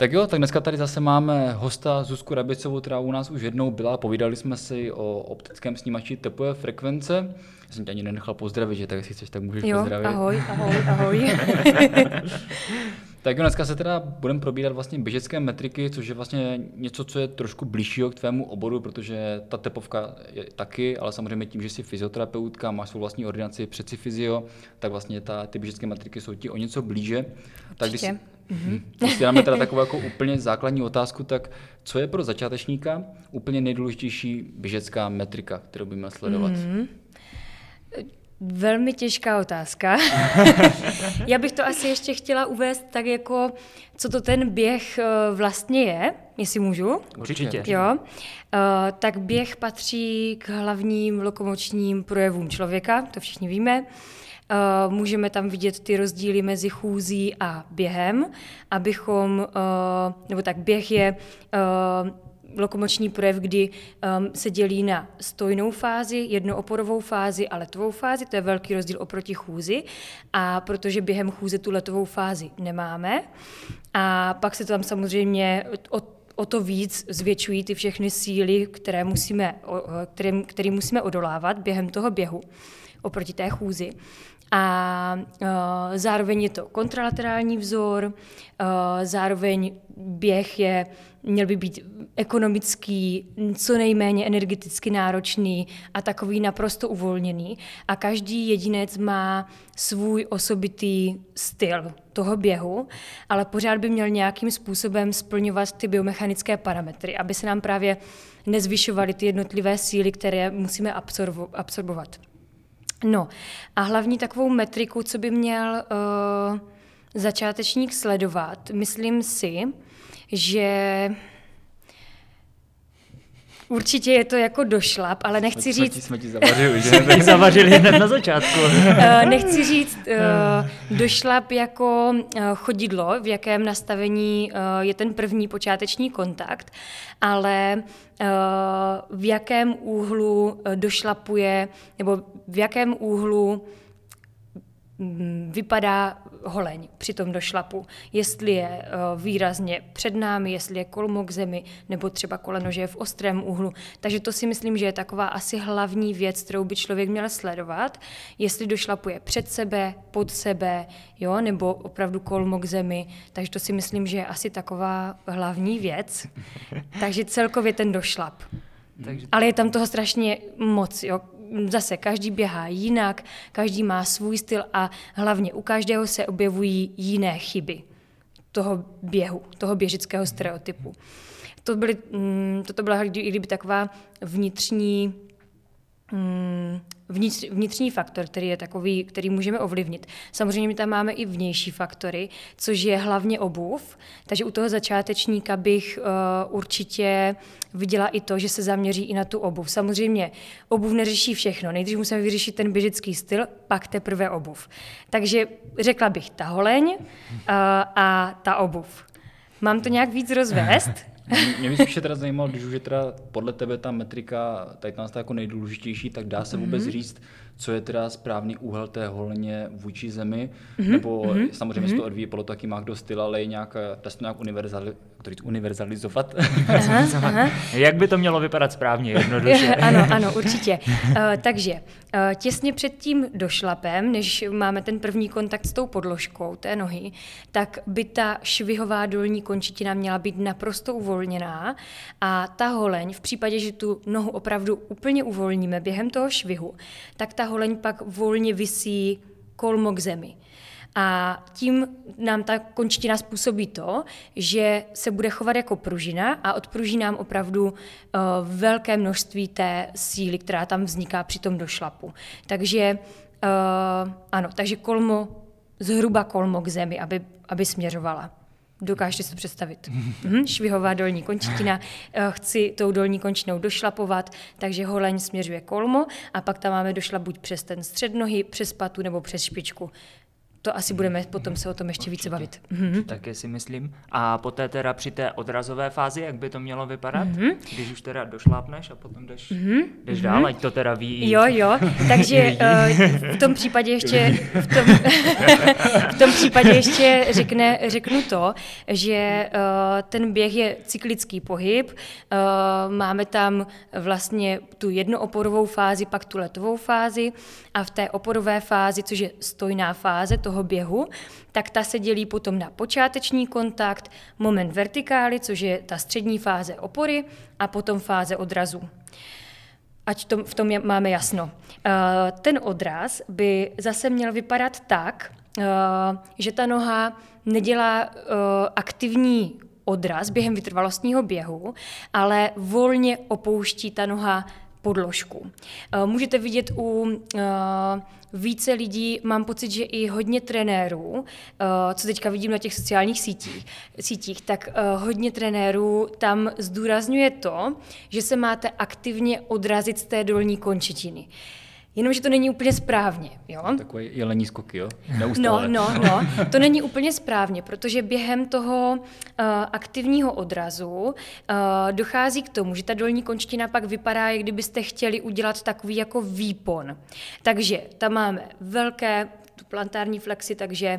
Tak jo, tak dneska tady zase máme hosta Zuzku Rabicovou, která u nás už jednou byla. Povídali jsme si o optickém snímači tepové frekvence. Já jsem tě ani nenechal pozdravit, že tak jestli chceš, tak můžeš pozdravit. Ahoj. Tak jo, dneska se teda budeme probírat vlastně běžecké metriky, což je vlastně něco, co je trošku blížšího k tvému oboru, protože ta tepovka je taky, ale samozřejmě tím, že jsi fyzioterapeutka, máš svou vlastní ordinaci přeci fyzio, tak vlastně ty běžecké metriky jsou ti o něco blíže. Tak když si dáme teda takovou jako úplně základní otázku, tak co je pro začátečníka úplně nejdůležitější běžecká metrika, kterou by měl sledovat? Velmi těžká otázka. Já bych to asi ještě chtěla uvést tak jako, co to ten běh vlastně je, jestli můžu. Určitě. Jo. Tak běh patří k hlavním lokomočním projevům člověka, to všichni víme. Můžeme tam vidět ty rozdíly mezi chůzí a během, běh je lokomoční projev, kdy se dělí na stojnou fázi, jednooporovou fázi a letovou fázi, to je velký rozdíl oproti chůzi, a protože během chůze tu letovou fázi nemáme, a pak se tam samozřejmě o to víc zvětšují ty všechny síly, které musíme odolávat během toho běhu oproti té chůzi. A zároveň je to kontralaterální vzor, zároveň běh měl by být ekonomický, co nejméně energeticky náročný a takový naprosto uvolněný. A každý jedinec má svůj osobitý styl toho běhu, ale pořád by měl nějakým způsobem splňovat ty biomechanické parametry, aby se nám právě nezvyšovaly ty jednotlivé síly, které musíme absorbovat. No a hlavní takovou metriku, co by měl začátečník sledovat, myslím si, že určitě je to jako došlap, ale nechci říct... Jsme ti zavařili, že? Zavařili hned na začátku. Nechci říct došlap jako chodidlo, v jakém nastavení je ten první počáteční kontakt, ale v jakém úhlu došlapuje, nebo v jakém úhlu vypadá holeň při tom došlapu. Jestli je výrazně před námi, jestli je kolmo k zemi, nebo třeba koleno, že je v ostrém úhlu. Takže to si myslím, že je taková asi hlavní věc, kterou by člověk měl sledovat. Jestli došlapuje před sebe, pod sebe, jo, nebo opravdu kolmo k zemi. Takže to si myslím, že je asi taková hlavní věc. Takže celkově ten došlap. Ale je tam toho strašně moc, jo. Zase každý běhá jinak, každý má svůj styl a hlavně u každého se objevují jiné chyby toho běhu, toho běžického stereotypu. Toto byla kdyby taková vnitřní faktor, který je takový, který můžeme ovlivnit. Samozřejmě tam máme i vnější faktory, což je hlavně obuv, takže u toho začátečníka bych určitě viděla i to, že se zaměří i na tu obuv. Samozřejmě obuv neřeší všechno, nejdřív musíme vyřešit ten běžický styl, pak teprve obuv. Takže řekla bych ta holeň a ta obuv. Mám to nějak víc rozvést? Mě by spíše teda zajímalo, když už je teda podle tebe ta metrika tady tam jako nejdůležitější, tak dá se vůbec říct, co je teda správný úhel té holeně vůči zemi, nebo samozřejmě se to odvíjí podle toho, jaký má kdo styl, ale dá se to nějak univerzalizovat. Aha. Jak by to mělo vypadat správně, jednoduše? Ano, určitě. Takže těsně před tím došlapem, než máme ten první kontakt s tou podložkou té nohy, tak by ta švihová dolní končetina měla být naprosto uvolněná a ta holeň, v případě, že tu nohu opravdu úplně uvolníme během toho švihu, tak ta holeň pak volně visí kolmo k zemi. A tím nám ta končetina způsobí to, že se bude chovat jako pružina a odpruží nám opravdu velké množství té síly, která tam vzniká při tom došlapu. Takže takže zhruba kolmo k zemi, aby směřovala. Dokážete si to představit. Švihová dolní končetina, chci tou dolní končetinou došlapovat, takže holeň směřuje kolmo a pak tam máme došlap buď přes ten střed nohy, přes patu nebo přes špičku. to asi budeme potom se o tom ještě více bavit. Taky si myslím. A poté teda při té odrazové fázi, jak by to mělo vypadat? Když už teda došlápneš a potom jdeš dál, ať to teda ví. Jo, takže v tom případě ještě v tom případě ještě řeknu to, že ten běh je cyklický pohyb, máme tam vlastně tu jednooporovou fázi, pak tu letovou fázi a v té oporové fázi, což je stojná fáze toho běhu, tak ta se dělí potom na počáteční kontakt, moment vertikály, což je ta střední fáze opory a potom fáze odrazu. Ať v tom máme jasno. Ten odraz by zase měl vypadat tak, že ta noha nedělá aktivní odraz během vytrvalostního běhu, ale volně opouští ta noha podložku. Můžete vidět u více lidí, mám pocit, že i hodně trenérů, co teďka vidím na těch sociálních sítích, tak hodně trenérů tam zdůrazňuje to, že se máte aktivně odrazit z té dolní končetiny. Jenomže to není úplně správně. Jo? Takový jelení skoky, jo? Neustále. No, to není úplně správně, protože během toho aktivního odrazu dochází k tomu, že ta dolní končetina pak vypadá, jak kdybyste chtěli udělat takový jako výpon. Takže tam máme tu plantární flexi, takže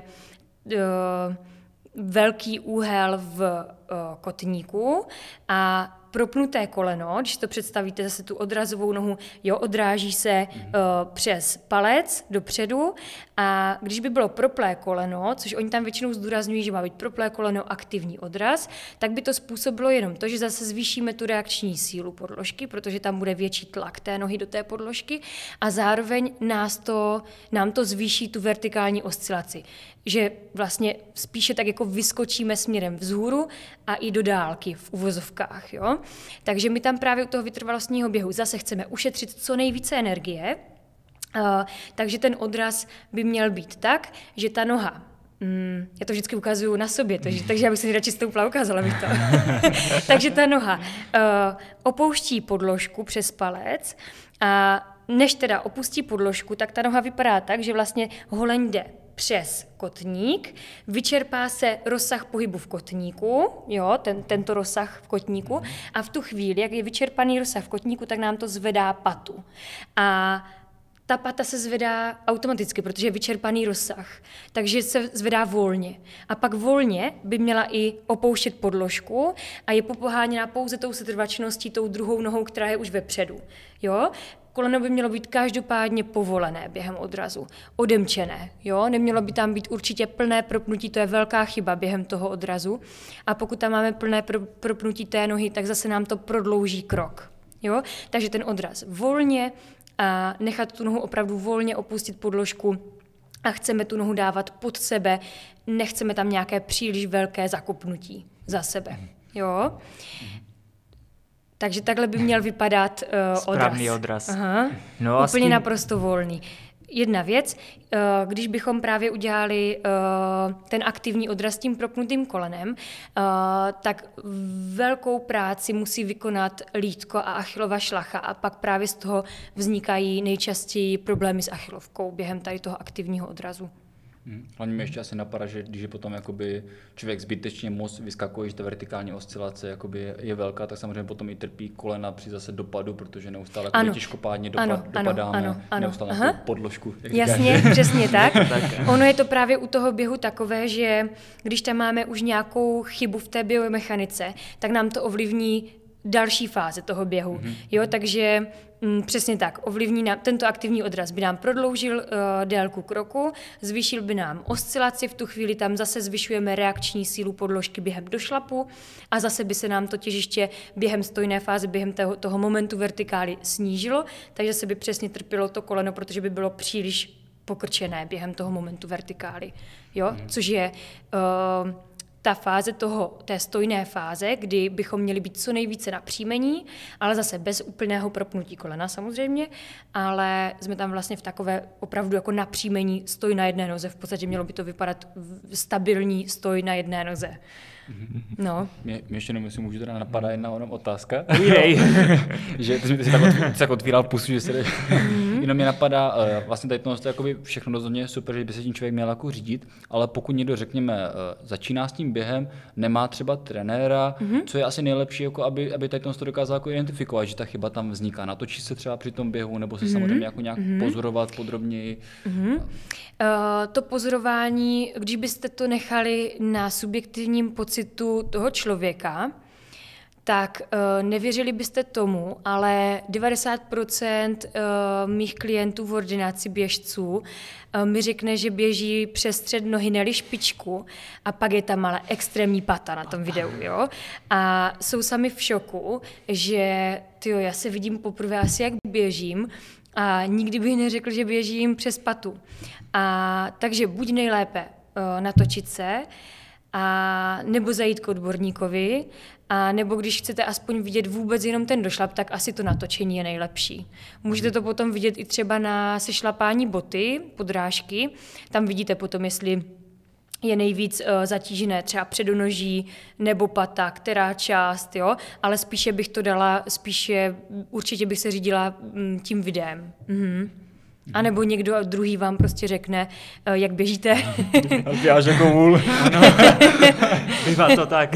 velký úhel v kotníku a propnuté koleno, když to představíte zase tu odrazovou nohu, odráží se přes palec dopředu a když by bylo proplé koleno, což oni tam většinou zdůrazňují, že má být proplé koleno aktivní odraz, tak by to způsobilo jenom to, že zase zvýšíme tu reakční sílu podložky, protože tam bude větší tlak té nohy do té podložky a zároveň nám to zvýší tu vertikální oscilaci, že vlastně spíše tak jako vyskočíme směrem vzhůru a i do dálky v uvozovkách. Jo? Takže my tam právě u toho vytrvalostního běhu zase chceme ušetřit co nejvíce energie, takže ten odraz by měl být tak, že ta noha, já to vždycky ukazuju na sobě, takže já bych si radši stoupla, ukázala bych to. Takže ta noha opouští podložku přes palec a než teda opustí podložku, tak ta noha vypadá tak, že vlastně holeň jde přes kotník, vyčerpá se rozsah pohybu v kotníku, tento rozsah v kotníku a v tu chvíli, jak je vyčerpaný rozsah v kotníku, tak nám to zvedá patu. A ta pata se zvedá automaticky, protože je vyčerpaný rozsah, takže se zvedá volně. A pak volně by měla i opouštět podložku a je popoháněná pouze tou setrvačností, tou druhou nohou, která je už vepředu. Jo? Koleno by mělo být každopádně povolené během odrazu, odemčené, nemělo by tam být určitě plné propnutí, to je velká chyba během toho odrazu. A pokud tam máme plné propnutí té nohy, tak zase nám to prodlouží krok. Jo? Takže ten odraz volně a nechat tu nohu opravdu volně opustit podložku a chceme tu nohu dávat pod sebe, nechceme tam nějaké příliš velké zakopnutí za sebe. Jo? Takže takhle by měl vypadat správný odraz. Aha. No úplně naprosto volný. Jedna věc, když bychom právě udělali ten aktivní odraz s tím propnutým kolenem, tak velkou práci musí vykonat lítko a achillova šlacha a pak právě z toho vznikají nejčastěji problémy s achilovkou během tady toho aktivního odrazu. Hlavně mi ještě asi napadá, že když je potom jakoby člověk zbytečně moc vyskakuje, že ta vertikální oscilace jakoby je velká, tak samozřejmě potom i trpí kolena při zase dopadu, protože neustále těžkopádně dopadáme neustále na podložku. Jasně, přesně tak. Ono je to právě u toho běhu takové, že když tam máme už nějakou chybu v té biomechanice, tak nám to ovlivní další fáze toho běhu. Takže přesně tak, ovlivní tento aktivní odraz by nám prodloužil délku kroku, zvýšil by nám oscilaci, v tu chvíli tam zase zvyšujeme reakční sílu podložky během došlapu a zase by se nám to těžiště během stojné fáze, během toho momentu vertikály snížilo, takže se by přesně trpělo to koleno, protože by bylo příliš pokrčené během toho momentu vertikály. Což je ta fáze té stojné fáze, kdy bychom měli být co nejvíce na příjmení, ale zase bez úplného propnutí kolena samozřejmě, ale jsme tam vlastně v takové opravdu jako na příjmení stoj na jedné noze. V podstatě mělo by to vypadat stabilní stoj na jedné noze. No. Mě ještě jenom, jestli můžu teda napadá jedna otázka. Že ty jsi tak otvíral pusu, že se jenom mě napadá, vlastně tady to jakoby všechno rozhodně super, že by se tím člověk měl jako řídit, ale pokud někdo, řekněme, začíná s tím během, nemá třeba trenéra, co je asi nejlepší, jako aby tady to dokázal jako identifikovat, že ta chyba tam vzniká. Natočí se třeba při tom běhu, nebo se samozřejmě jako nějak pozorovat podrobněji. To pozorování, když byste to nechali na subjektivním pocitu toho člověka, tak nevěřili byste tomu, ale 90% mých klientů v ordinaci běžců mi řekne, že běží přes střed nohy, ne-li špičku, a pak je tam ale extrémní pata na tom videu, jo. A jsou sami v šoku, že já se vidím poprvé asi, jak běžím, a nikdy bych neřekl, že běžím přes patu. A takže buď nejlépe natočit se, a nebo zajít k odborníkovi, a nebo když chcete aspoň vidět vůbec jenom ten došlap, tak asi to natočení je nejlepší. Můžete to potom vidět i třeba na sešlapání boty, podrážky. Tam vidíte potom, jestli je nejvíc zatížené třeba předonoží nebo pata, která část, jo? Ale spíše bych to dala, určitě bych se řídila tím videem. A nebo někdo druhý vám prostě řekne, jak běžíte. Běháš jako vůl. Bývá to tak.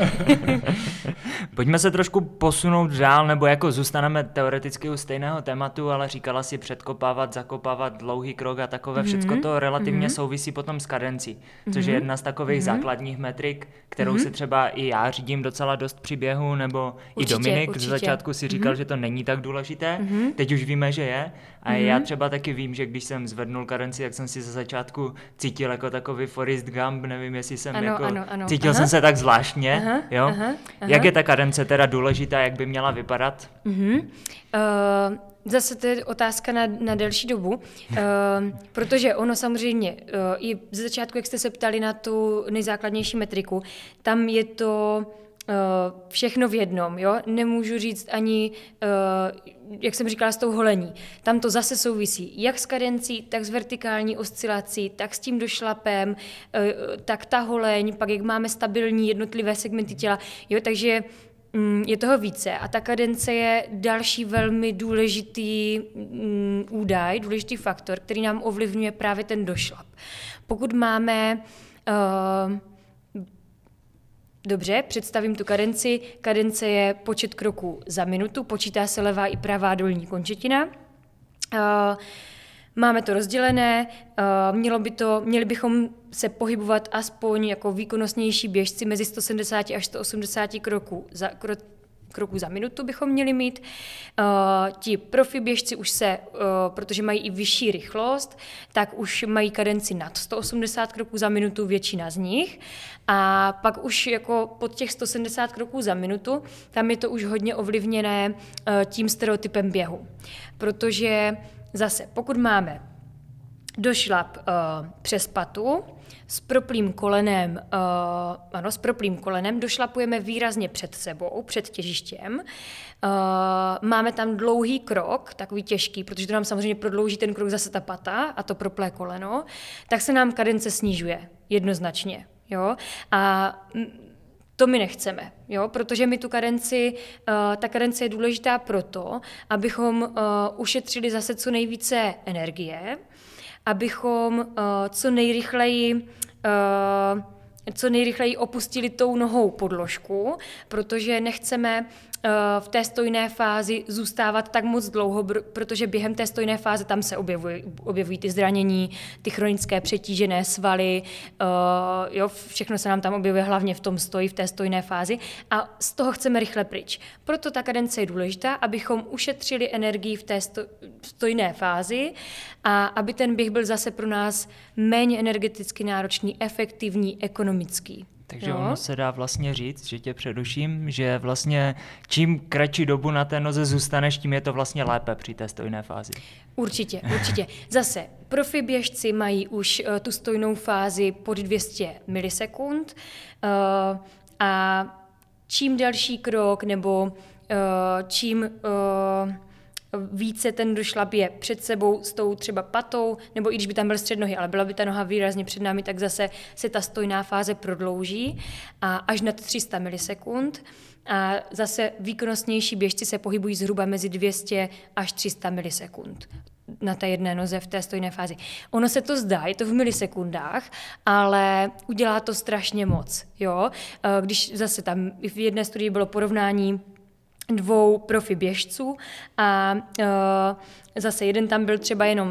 Pojďme se trošku posunout dál, nebo jako zůstaneme teoreticky u stejného tématu, ale říkala si předkopávat, zakopávat, dlouhý krok a takové, všecko to relativně souvisí potom s kadencí, což je jedna z takových základních metrik, kterou si třeba i já řídím docela dost při běhu, nebo určitě, i Dominik ze začátku si říkal, že to není tak důležité, teď už víme, že je. A já třeba taky vím, že když jsem zvednul kadenci, tak jsem si ze začátku cítil jako takový Forrest Gump, nevím, jestli jsem cítil jsem se tak zvláštně, jo? Jak je ta kadence teda důležitá, jak by měla vypadat? Zase to je otázka na delší dobu, protože ono samozřejmě, i ze začátku, jak jste se ptali na tu nejzákladnější metriku, tam je to všechno v jednom, jo? Nemůžu říct ani, jak jsem říkala, s tou holení. Tam to zase souvisí jak s kadencí, tak s vertikální oscilací, tak s tím došlapem, tak ta holeň, pak jak máme stabilní jednotlivé segmenty těla, jo? Takže je toho více a ta kadence je další velmi důležitý údaj, důležitý faktor, který nám ovlivňuje právě ten došlap. Pokud máme dobře, představím tu kadenci. Kadence je počet kroků za minutu, počítá se levá i pravá dolní končetina. Máme to rozdělené, měli bychom se pohybovat aspoň jako výkonnostnější běžci mezi 170 až 180 kroků za minutu bychom měli mít. Ti profi běžci už protože mají i vyšší rychlost, tak už mají kadenci nad 180 kroků za minutu, většina z nich. A pak už jako pod těch 170 kroků za minutu, tam je to už hodně ovlivněné tím stereotypem běhu. Protože zase, pokud máme došlap přes patu, s proplým kolenem došlapujeme výrazně před sebou, před těžištěm. Máme tam dlouhý krok, takový těžký, protože to nám samozřejmě prodlouží ten krok zase ta pata a to proplé koleno, tak se nám kadence snižuje jednoznačně. Jo? A to my nechceme, jo? Protože my ta kadence je důležitá proto, abychom ušetřili zase co nejvíce energie, abychom co nejrychleji opustili tou nohou podložku, protože nechceme v té stojné fázi zůstávat tak moc dlouho, protože během té stojné fáze tam se objevují ty zranění, ty chronické přetížené svaly, jo, všechno se nám tam objevuje hlavně v tom stoji, v té stojné fázi a z toho chceme rychle pryč. Proto ta kadence je důležitá, abychom ušetřili energii v té stojné fázi a aby ten běh byl zase pro nás méně energeticky náročný, efektivní, ekonomický. Takže ono se dá vlastně říct, že tě přeruším, že vlastně čím kratší dobu na té noze zůstaneš, tím je to vlastně lépe při té stojné fázi. Určitě. Zase profi běžci mají už tu stojnou fázi pod 200 milisekund a čím delší krok nebo čím více ten došlap je před sebou s tou třeba patou, nebo i když by tam byl střed nohy, ale byla by ta noha výrazně před námi, tak zase se ta stojná fáze prodlouží a až nad 300 milisekund. A zase výkonnostnější běžci se pohybují zhruba mezi 200 až 300 milisekund na té jedné noze v té stojné fázi. Ono se to zdá, je to v milisekundách, ale udělá to strašně moc. Jo? Když zase tam v jedné studii bylo porovnání 2 profi běžců a zase jeden tam byl třeba jenom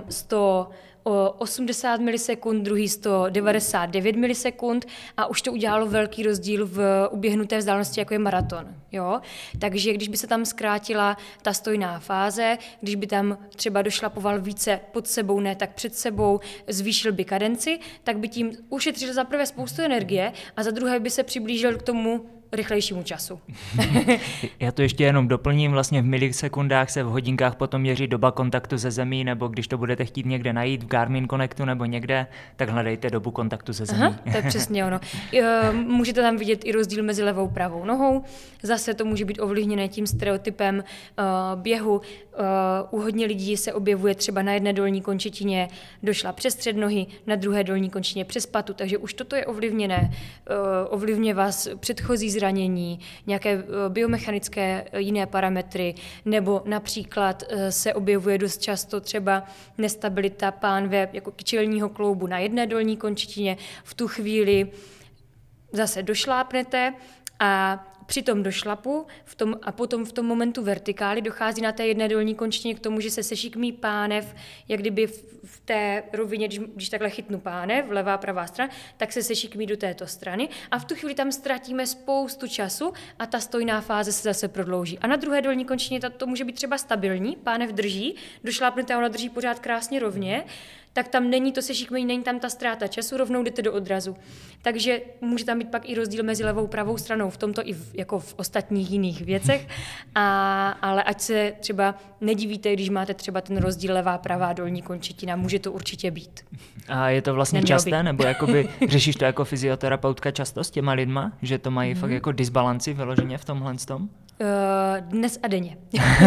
180 milisekund, druhý 199 milisekund a už to udělalo velký rozdíl v uběhnuté vzdálenosti, jako je maraton. Jo? Takže když by se tam zkrátila ta stojná fáze, když by tam třeba došlapoval více pod sebou, ne tak před sebou, zvýšil by kadenci, tak by tím ušetřil za prvé spoustu energie a za druhé by se přiblížil k tomu rychlejšímu času. Já to ještě jenom doplním, vlastně v milisekundách se v hodinkách potom měří doba kontaktu se zemí, nebo když to budete chtít někde najít v Garmin Connectu nebo někde, tak hledejte dobu kontaktu se zemí. Aha, to je přesně ono. Můžete tam vidět i rozdíl mezi levou a pravou nohou. Zase to může být ovlivněné tím stereotypem běhu. U hodně lidí se objevuje třeba na jedné dolní končetině došla přes střed nohy, na druhé dolní končetině přes patu, takže už toto je ovlivněné. Ovlivňuje vás předchozí zranění, nějaké biomechanické jiné parametry, nebo například se objevuje dost často třeba nestabilita pánve jako kyčelního kloubu na jedné dolní končetině. V tu chvíli zase došlápnete a při tom došlapu potom v tom momentu vertikály dochází na té jedné dolní končetině k tomu, že se sešikmí pánev, jak kdyby v té rovině, když takhle chytnu pánev, levá, pravá strana, tak se sešikmí do této strany a v tu chvíli tam ztratíme spoustu času a ta stojná fáze se zase prodlouží. A na druhé dolní končetině to může být třeba stabilní, pánev drží, došlápnete a ona drží pořád krásně rovně, tak tam není to sešikmení, není tam ta ztráta času, rovnou jdete do odrazu. Takže může tam být pak i rozdíl mezi levou a pravou stranou, v tomto i jako v ostatních jiných věcech, ale ať se třeba nedivíte, když máte třeba ten rozdíl levá, pravá, dolní končetina, může to určitě být. A je to vlastně časté, nebo jakoby řešíš to jako fyzioterapeutka často s těma lidma, že to mají fakt jako disbalanci vyloženě v tomhle tom? Dnes a denně.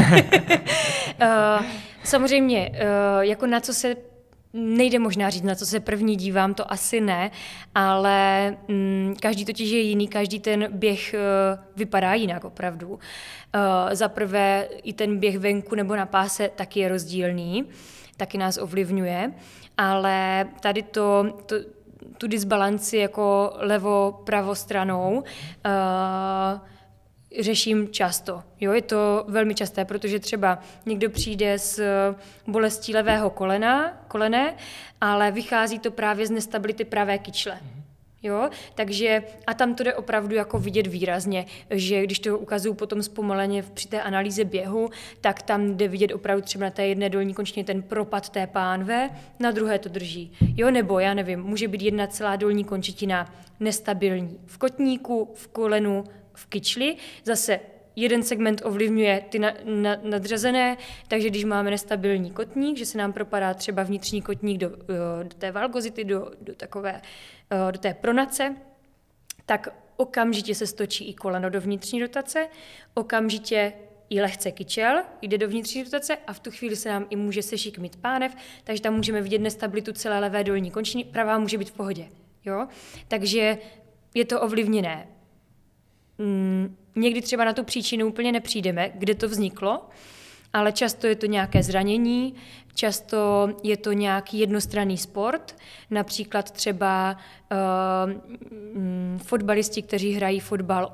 Samozřejmě, jako na co se nejde možná říct, na co se první dívám, to asi ne, ale každý totiž je jiný, každý ten běh vypadá jinak opravdu. Za prvé i ten běh venku nebo na páse taky je rozdílný, taky nás ovlivňuje, ale tady tu disbalanci jako levo-pravostranou řeším často. Jo, je to velmi časté, protože třeba někdo přijde s bolestí levého kolene, ale vychází to právě z nestability pravé kyčle. Jo? Takže a tam to jde opravdu jako vidět výrazně, že když to ukazuju potom zpomaleně při té analýze běhu, tak tam jde vidět opravdu třeba na té jedné dolní končetině ten propad té pánve, na druhé to drží. Jo, nebo já nevím, může být jedna celá dolní končetina nestabilní v kotníku, v kolenu, v kyčli, zase jeden segment ovlivňuje ty nadřazené, takže když máme nestabilní kotník, že se nám propadá třeba vnitřní kotník do té valgozity, do té pronace, tak okamžitě se stočí i koleno do vnitřní rotace, okamžitě i lehce kyčel jde do vnitřní rotace a v tu chvíli se nám i může sešikmit pánev, takže tam můžeme vidět nestabilitu celé levé dolní končiny, pravá může být v pohodě. Jo? Takže je to ovlivněné. Někdy třeba na tu příčinu úplně nepřijdeme, kde to vzniklo, ale často je to nějaké zranění, často je to nějaký jednostranný sport, například třeba fotbalisti, kteří hrají fotbal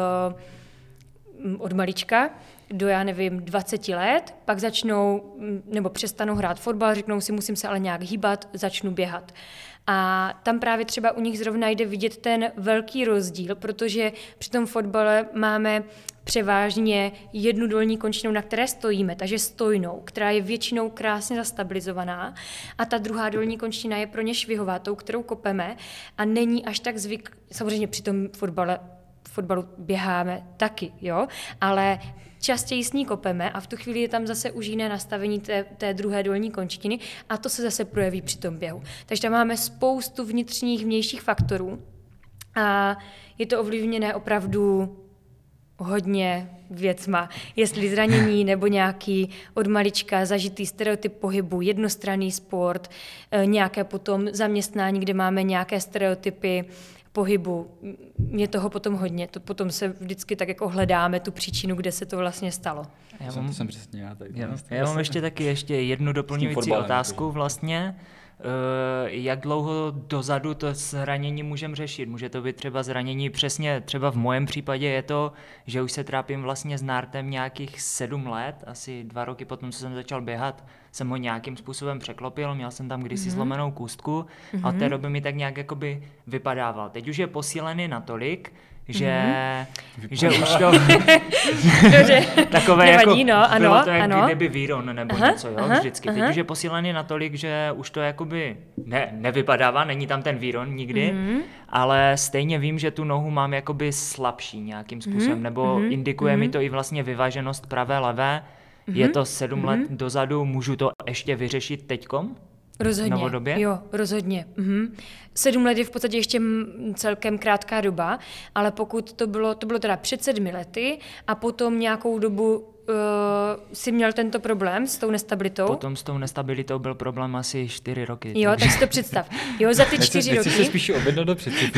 od malička do, 20 let, pak začnou nebo přestanou hrát fotbal, řeknou si, musím se ale nějak hýbat, začnu běhat. A tam právě třeba u nich zrovna jde vidět ten velký rozdíl, protože při tom fotbale máme převážně jednu dolní končetinu, na které stojíme, takže stojnou, která je většinou krásně zastabilizovaná a ta druhá dolní končetina je pro ně švihová, tou, kterou kopeme a není až tak samozřejmě při tom fotbalu běháme taky, jo, ale častěji s ní kopeme a v tu chvíli je tam zase už jiné nastavení té druhé dolní končetiny a to se zase projeví při tom běhu. Takže tam máme spoustu vnitřních, vnějších faktorů a je to ovlivněné opravdu hodně věcma. Jestli zranění nebo nějaký od malička zažitý stereotyp pohybu, jednostranný sport, nějaké potom zaměstnání, kde máme nějaké stereotypy pohybu. Je toho potom hodně. To potom se vždycky tak jako hledáme tu příčinu, kde se to vlastně stalo. To jsem přesně já. Tady já mám ještě jednu doplňující otázku vlastně. Jak dlouho dozadu to zranění můžeme řešit? Může to být třeba zranění, přesně třeba v mém případě je to, že už se trápím vlastně s nártem nějakých 7 let, asi 2 roky potom, co jsem začal běhat, jsem ho nějakým způsobem překlopil, měl jsem tam kdysi zlomenou kůstku a od té doby mi tak nějak jakoby vypadával. Teď už je posílený natolik, že už to takové nevadí, jako no, bylo to jak ano. kdyby víron nebo něco, jo, vždycky. Teď už je posílený natolik, že už to jakoby nevypadává, není tam ten víron nikdy, ale stejně vím, že tu nohu mám jakoby slabší nějakým způsobem, nebo indikuje mi to i vlastně vyváženost pravé, levé. Je to 7 let dozadu, můžu to ještě vyřešit teďkom? Rozhodně, novodobě? Jo, rozhodně. 7 let je v podstatě ještě celkem krátká doba, ale pokud to bylo teda před 7 lety a potom nějakou dobu si měl tento problém s tou nestabilitou. Potom s tou nestabilitou byl problém asi 4 roky. Jo, tak si to představ. Jo, za ty 4 roky. Teď se spíš objednat do předsupy.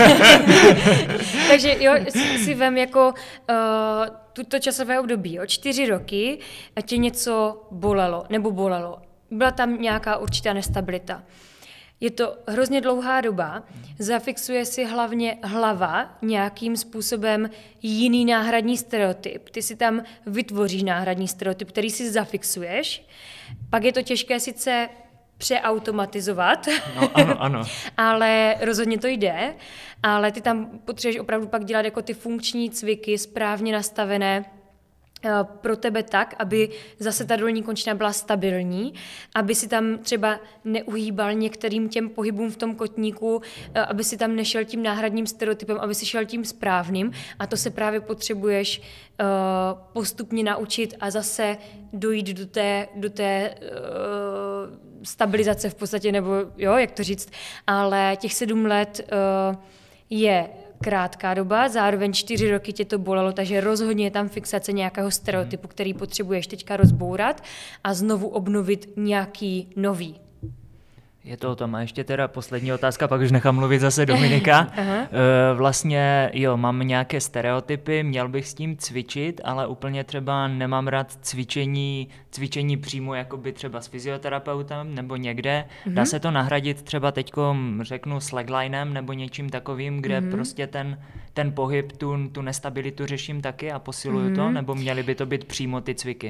Takže jo, si vem jako tuto časové období, jo, 4 roky a tě něco bolelo. Byla tam nějaká určitá nestabilita. Je to hrozně dlouhá doba, zafixuje si hlavně hlava nějakým způsobem jiný náhradní stereotyp. Ty si tam vytvoříš náhradní stereotyp, který si zafixuješ. Pak je to těžké sice přeautomatizovat, no, ano. ale rozhodně to jde, ale ty tam potřebuješ opravdu pak dělat jako ty funkční cviky, správně nastavené, pro tebe tak, aby zase ta dolní končina byla stabilní, aby si tam třeba neuhýbal některým těm pohybům v tom kotníku, aby si tam nešel tím náhradním stereotypem, aby si šel tím správným a to se právě potřebuješ postupně naučit a zase dojít do té stabilizace v podstatě, nebo jo, jak to říct, ale těch 7 let je krátká doba, zároveň 4 roky tě to bolelo, takže rozhodně je tam fixace nějakého stereotypu, který potřebuješ teďka rozbourat a znovu obnovit nějaký nový. Je to o tom. A ještě teda poslední otázka, pak už nechám mluvit zase Dominika. Vlastně jo, mám nějaké stereotypy, měl bych s tím cvičit, ale úplně třeba nemám rád cvičení přímo jakoby třeba s fyzioterapeutem nebo někde. Dá se to nahradit třeba teďkom, řeknu, slacklinem nebo něčím takovým, kde prostě ten pohyb, tu nestabilitu řeším taky a posiluju to, nebo měly by to být přímo ty cviky?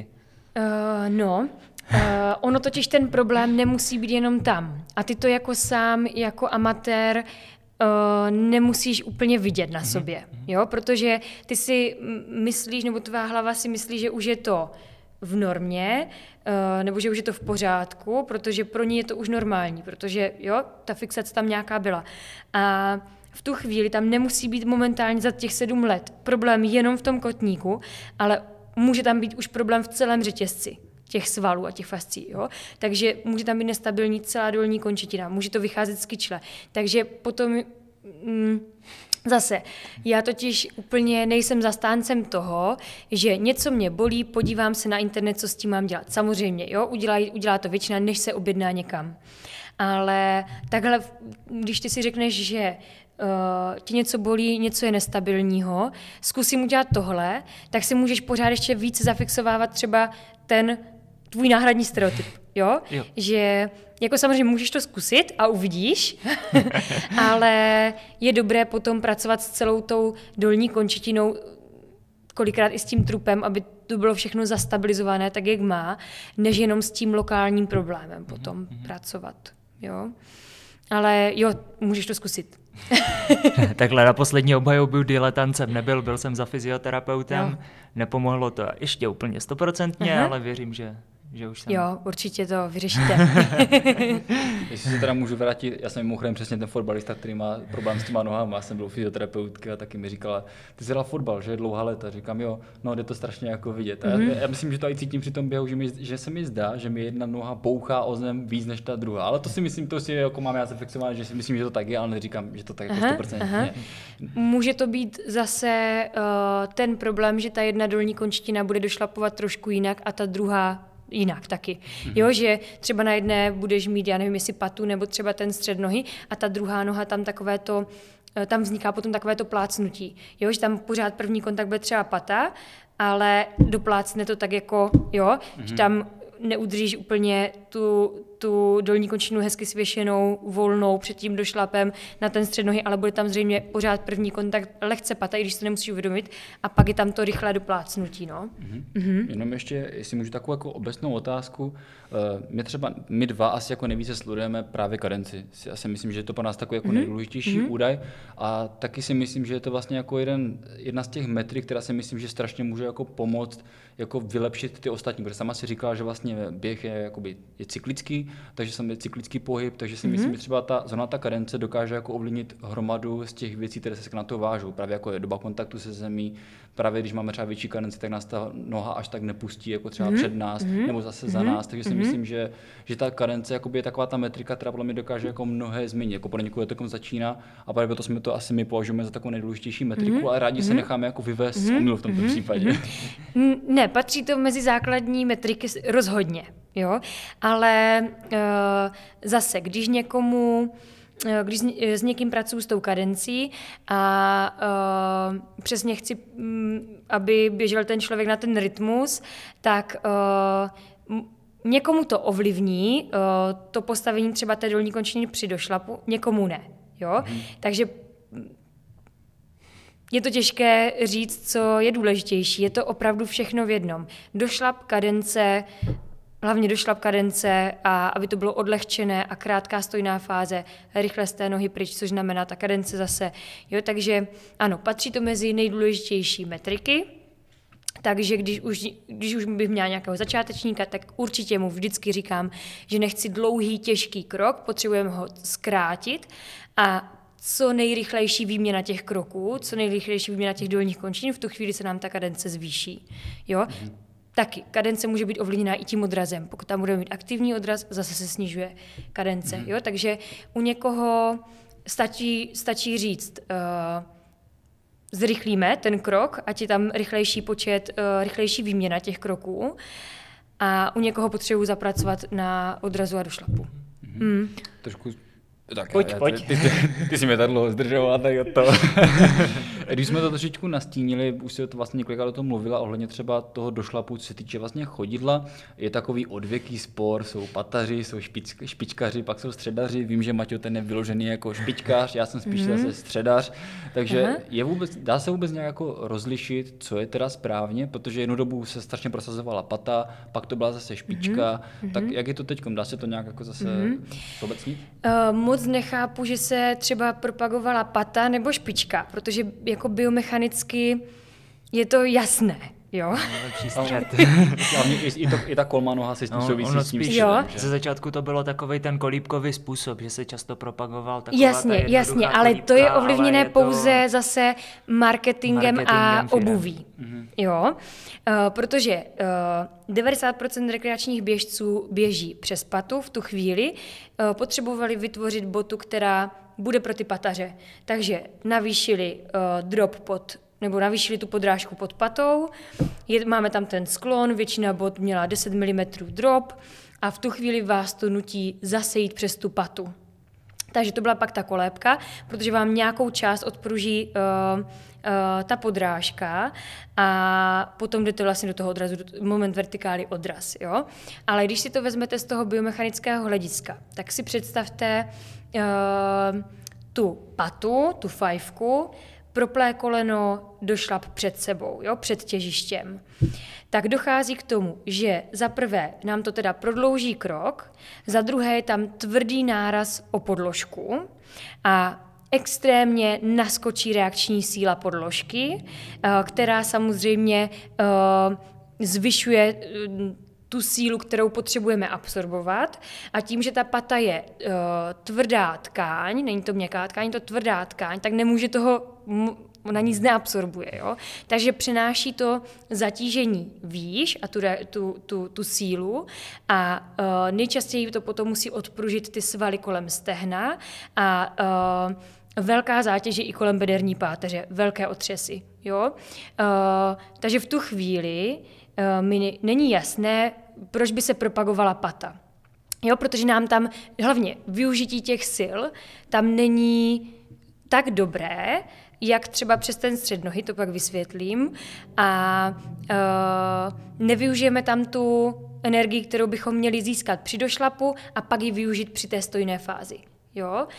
Ono totiž ten problém nemusí být jenom tam. A ty to jako sám, jako amatér, nemusíš úplně vidět na sobě. Jo? Protože ty si myslíš, nebo tvá hlava si myslí, že už je to v normě, nebo že už je to v pořádku, protože pro ní je to už normální, protože jo, ta fixace tam nějaká byla. A v tu chvíli tam nemusí být momentálně za těch 7 let problém jenom v tom kotníku, ale může tam být už problém v celém řetězci těch svalů a těch fascí. Jo? Takže může tam být nestabilní celá dolní končetina, může to vycházet z kyčle. Takže potom zase, já totiž úplně nejsem zastáncem toho, že něco mě bolí, podívám se na internet, co s tím mám dělat. Samozřejmě, jo? Udělá to většina, než se objedná někam. Ale takhle, když ty si řekneš, že ti něco bolí, něco je nestabilního, zkusím udělat tohle, tak si můžeš pořád ještě víc zafixovávat třeba ten tvůj náhradní stereotyp, jo? Že jako samozřejmě můžeš to zkusit a uvidíš, ale je dobré potom pracovat s celou tou dolní končetinou, kolikrát i s tím trupem, aby to bylo všechno zastabilizované tak, jak má, než jenom s tím lokálním problémem potom pracovat, jo? Ale jo, můžeš to zkusit. Takhle na poslední obhajobu byl diletantem, byl jsem za fyzioterapeutem, nepomohlo to ještě úplně 100%, ale věřím, že už jsem... Jo, určitě to vyřešíte. Jestli se teda můžu vrátit, já jsem mimochodem přesně ten fotbalista, který má problém s těma nohama, já jsem byl fyzioterapeutka a taky mi říkala, ty jsi hrál fotbal, že je dlouhá léta, říkám jo, no jde to strašně jako vidět. A já myslím, že to i cítím při tom běhu, že se mi zdá, že mi jedna noha bouchá o zem víc než ta druhá, ale to si myslím, to si jako mám já zafixované, že si myslím, že to tak je, ale neříkám, že to tak jako 100%. Může to být zase ten problém, že ta jedna dolní končetina bude došlapovat trošku jinak a ta druhá jinak taky. Jo, že třeba na jedné budeš mít, já nevím, jestli patu nebo třeba ten střed nohy a ta druhá noha tam takové to, tam vzniká potom takové to plácnutí. Jo, že tam pořád první kontakt bude třeba pata, ale doplácne to tak jako, jo, že tam neudržíš úplně tu dolní končinu hezky svěšenou, volnou před tím došlapem na ten střed nohy, ale bude tam zřejmě pořád první kontakt lehce pata, i když se nemusíš uvědomit, a pak je tam to rychlé doplácnutí, no. Jenom ještě, jestli můžu takovou jako obecnou otázku, my dva asi jako nejvíce sledujeme právě kadenci. Já si myslím, že je to pro nás takový jako nejdůležitější údaj a taky si myslím, že je to vlastně jako jedna z těch metrik, která si myslím, že strašně může jako pomoct jako vylepšit ty ostatní, protože sama si říkala, že vlastně běh je cyklický, takže jsem je cyklický pohyb, takže si myslím, že třeba ta kadence dokáže jako ovlivnit hromadu z těch věcí, které se na to vážou, právě jako je doba kontaktu se zemí, právě když máme třeba větší kadenci, tak nás ta noha až tak nepustí jako třeba před nás nebo zase za nás, takže si myslím, že ta kadence je taková ta metrika, která podle mě dokáže jako mnohé změnit, jako pro někoho to začíná a právě proto jsme to asi my považujeme za takovou nejdůležitější metriku, ale rádi se necháme jako vyvést z omylu v tomto případě. Ne, patří to mezi základní metriky rozhodně, jo, ale zase, když s někým pracuji s tou kadencí a přesně chci, aby běžel ten člověk na ten rytmus, tak někomu to ovlivní, to postavení třeba té dolní končetiny při došlapu, někomu ne. Jo? Takže je to těžké říct, co je důležitější. Je to opravdu všechno v jednom. Došlap, kadence, hlavně došlap kadence a aby to bylo odlehčené a krátká stojná fáze, rychle z té nohy pryč, což znamená ta kadence zase. Jo? Takže ano, patří to mezi nejdůležitější metriky. Takže když už bych měla nějakého začátečníka, tak určitě mu vždycky říkám, že nechci dlouhý, těžký krok, potřebujeme ho zkrátit a co nejrychlejší výměna těch kroků, co nejrychlejší výměna těch dolních končetin, v tu chvíli se nám ta kadence zvýší. Jo? Taky kadence může být ovlivněná i tím odrazem. Pokud tam budeme mít aktivní odraz, zase se snižuje kadence. Jo? Takže u někoho stačí říct, zrychlíme ten krok, ať je tam rychlejší počet, rychlejší výměna těch kroků a u někoho potřebuji zapracovat na odrazu a došlapu. Trošku... Tak, pojď. Ty jsi mě tak dlouho zdržovala, tak to. Když jsme to trošičku nastínili, už si to vlastně několikrát o tom mluvila, ohledně třeba toho došlapu, co se týče vlastně chodidla, je takový odvěký spor, jsou pataři, jsou špičkaři, pak jsou středaři, vím, že Maťo ten je vyložený jako špičkař, já jsem spíš zase středař, takže dá se vůbec nějak jako rozlišit, co je teda správně, protože jednu dobu se strašně prosazovala pata, pak to byla zase špička, tak jak je to teďkom, dá se to nějak jako zase obecnit? Moc nechápu, že se třeba propagovala pata nebo špička, protože jako biomechanicky je to jasné, jo? Hlavně i ta kolmá noha se s tím souvisí s tím. Ze začátku to bylo takovej ten kolíbkový způsob, že se často propagoval taková Jasně, ale to je ovlivněné pouze zase marketingem a obuví. Jo? Protože 90% rekreačních běžců běží přes patu v tu chvíli, potřebovali vytvořit botu, která bude pro ty pataře. Takže navýšili nebo navýšili tu podrážku pod patou, máme tam ten sklon, většina bot měla 10 mm drop a v tu chvíli vás to nutí zase jít přes tu patu. Takže to byla pak ta kolébka, protože vám nějakou část odpruží ta podrážka a potom jdete vlastně do toho odrazu, moment vertikály odraz. Jo? Ale když si to vezmete z toho biomechanického hlediska, tak si představte tu patu, tu fajfku, proplé koleno, došlap před sebou, jo, před těžištěm. Tak dochází k tomu, že za prvé nám to teda prodlouží krok, za druhé je tam tvrdý náraz o podložku a extrémně naskočí reakční síla podložky, která samozřejmě zvyšuje tu sílu, kterou potřebujeme absorbovat, a tím, že ta pata je tvrdá tkáň, není to měkká tkáň, je to tvrdá tkáň, tak nemůže ona nic neabsorbuje. Jo? Takže přenáší to zatížení výš a tu sílu a nejčastěji to potom musí odpružit ty svaly kolem stehna a velká zátěž je i kolem bederní páteře, velké otřesy. Jo? Takže v tu chvíli mi není jasné, proč by se propagovala pata. Jo, protože nám tam hlavně využití těch sil tam není tak dobré, jak třeba přes ten střed nohy, to pak vysvětlím, a nevyužijeme tam tu energii, kterou bychom měli získat při došlapu a pak ji využít při té stojné fázi. Jo?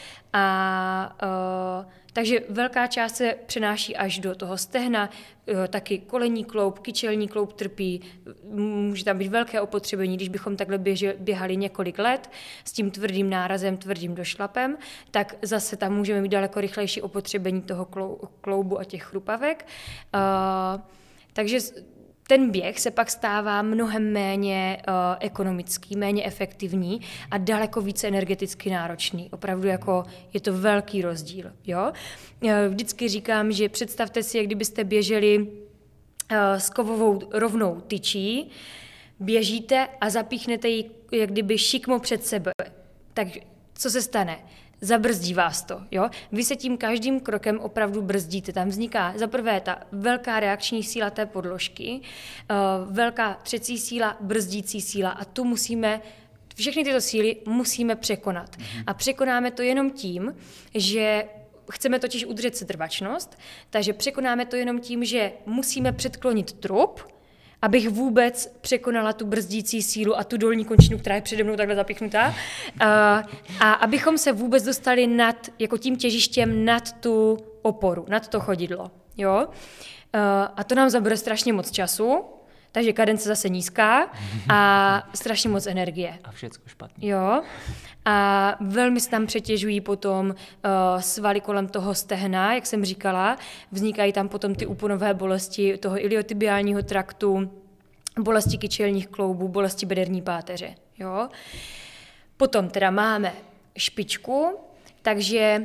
Takže velká část se přenáší až do toho stehna, taky kolenní kloub, kyčelní kloub trpí, může tam být velké opotřebení, když bychom takhle běhali několik let s tím tvrdým nárazem, tvrdým došlapem, tak zase tam můžeme mít daleko rychlejší opotřebení toho kloubu a těch chrupavek. Takže ten běh se pak stává mnohem méně ekonomický, méně efektivní a daleko více energeticky náročný. Opravdu jako je to velký rozdíl. Jo? Vždycky říkám, že představte si, jak kdybyste běželi s kovovou rovnou tyčí, běžíte a zapíchnete ji jak kdyby šikmo před sebe. Tak co se stane? Zabrzdí vás to. Jo? Vy se tím každým krokem opravdu brzdíte. Tam vzniká za prvé ta velká reakční síla té podložky, velká třecí síla, brzdící síla a tu všechny tyto síly musíme překonat. A překonáme to jenom tím, že chceme totiž udržet setrvačnost, takže překonáme to jenom tím, že musíme předklonit trup, abych vůbec překonala tu brzdící sílu a tu dolní končinu, která je přede mnou takhle zapichnutá, a abychom se vůbec dostali jako tím těžištěm nad tu oporu, nad to chodidlo. Jo? A to nám zabere strašně moc času, takže kadence zase nízká a strašně moc energie. A všecko špatně. Jo? A velmi se tam přetěžují potom svaly kolem toho stehna, jak jsem říkala. Vznikají tam potom ty úponové bolesti toho iliotibiálního traktu, bolesti kyčelních kloubů, bolesti bederní páteře. Jo? Potom teda máme špičku, takže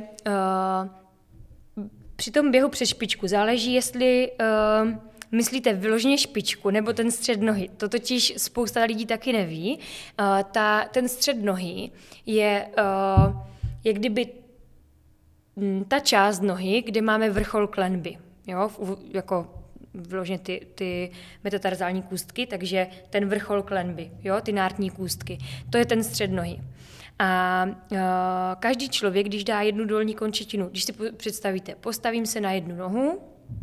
při tom běhu přes špičku záleží, jestli myslíte vyloženě špičku nebo ten střed nohy. To totiž spousta lidí taky neví. Ten střed nohy je jak kdyby ta část nohy, kde máme vrchol klenby. Jo? Jako vyloženě ty metatarzální kůstky, takže ten vrchol klenby, jo? Ty nártní kůstky. To je ten střed nohy. A každý člověk, když dá jednu dolní končetinu, když si představíte, postavím se na jednu nohu,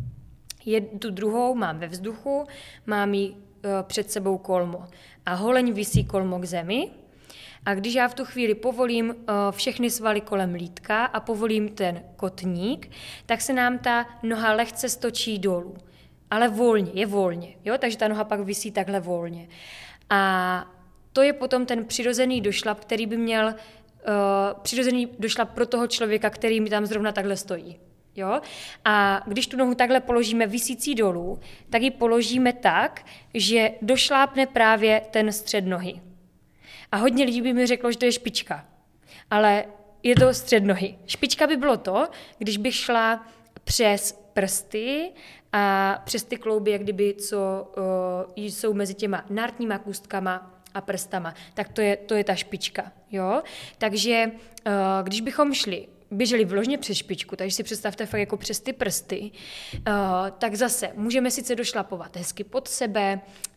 tu druhou mám ve vzduchu, mám ji před sebou kolmo. A holeň visí kolmo k zemi. A když já v tu chvíli povolím všechny svaly kolem lítka a povolím ten kotník, tak se nám ta noha lehce stočí dolů. Ale volně, je volně. Jo? Takže ta noha pak visí takhle volně. A to je potom ten přirozený došlap, který by měl přirozený došlap pro toho člověka, který mi tam zrovna takhle stojí. Jo? A když tu nohu takhle položíme visící dolů, tak ji položíme tak, že došlápne právě ten střed nohy. A hodně lidí by mi řeklo, že to je špička, ale je to střed nohy. Špička by bylo to, když bych šla přes prsty a přes ty klouby, jak kdyby, co jsou mezi těma nártníma kůstkama a prstama, tak to je ta špička. Jo? Takže když bychom běželi vložně přes špičku, takže si představte fakt jako přes ty prsty, tak zase můžeme sice došlapovat hezky pod sebe,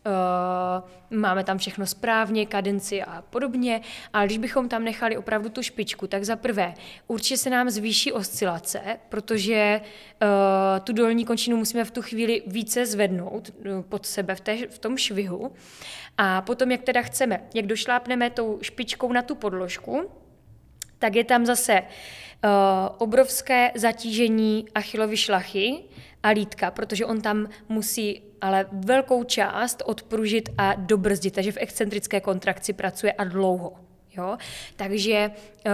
máme tam všechno správně, kadenci a podobně, ale když bychom tam nechali opravdu tu špičku, tak za prvé určitě se nám zvýší oscilace, protože tu dolní končinu musíme v tu chvíli více zvednout pod sebe v tom švihu a potom, jak teda chceme, jak došlápneme tou špičkou na tu podložku, tak je tam zase obrovské zatížení Achillovy šlachy a lítka, protože on tam musí ale velkou část odpružit a dobrzdit, takže v excentrické kontrakci pracuje a dlouho. Jo? Takže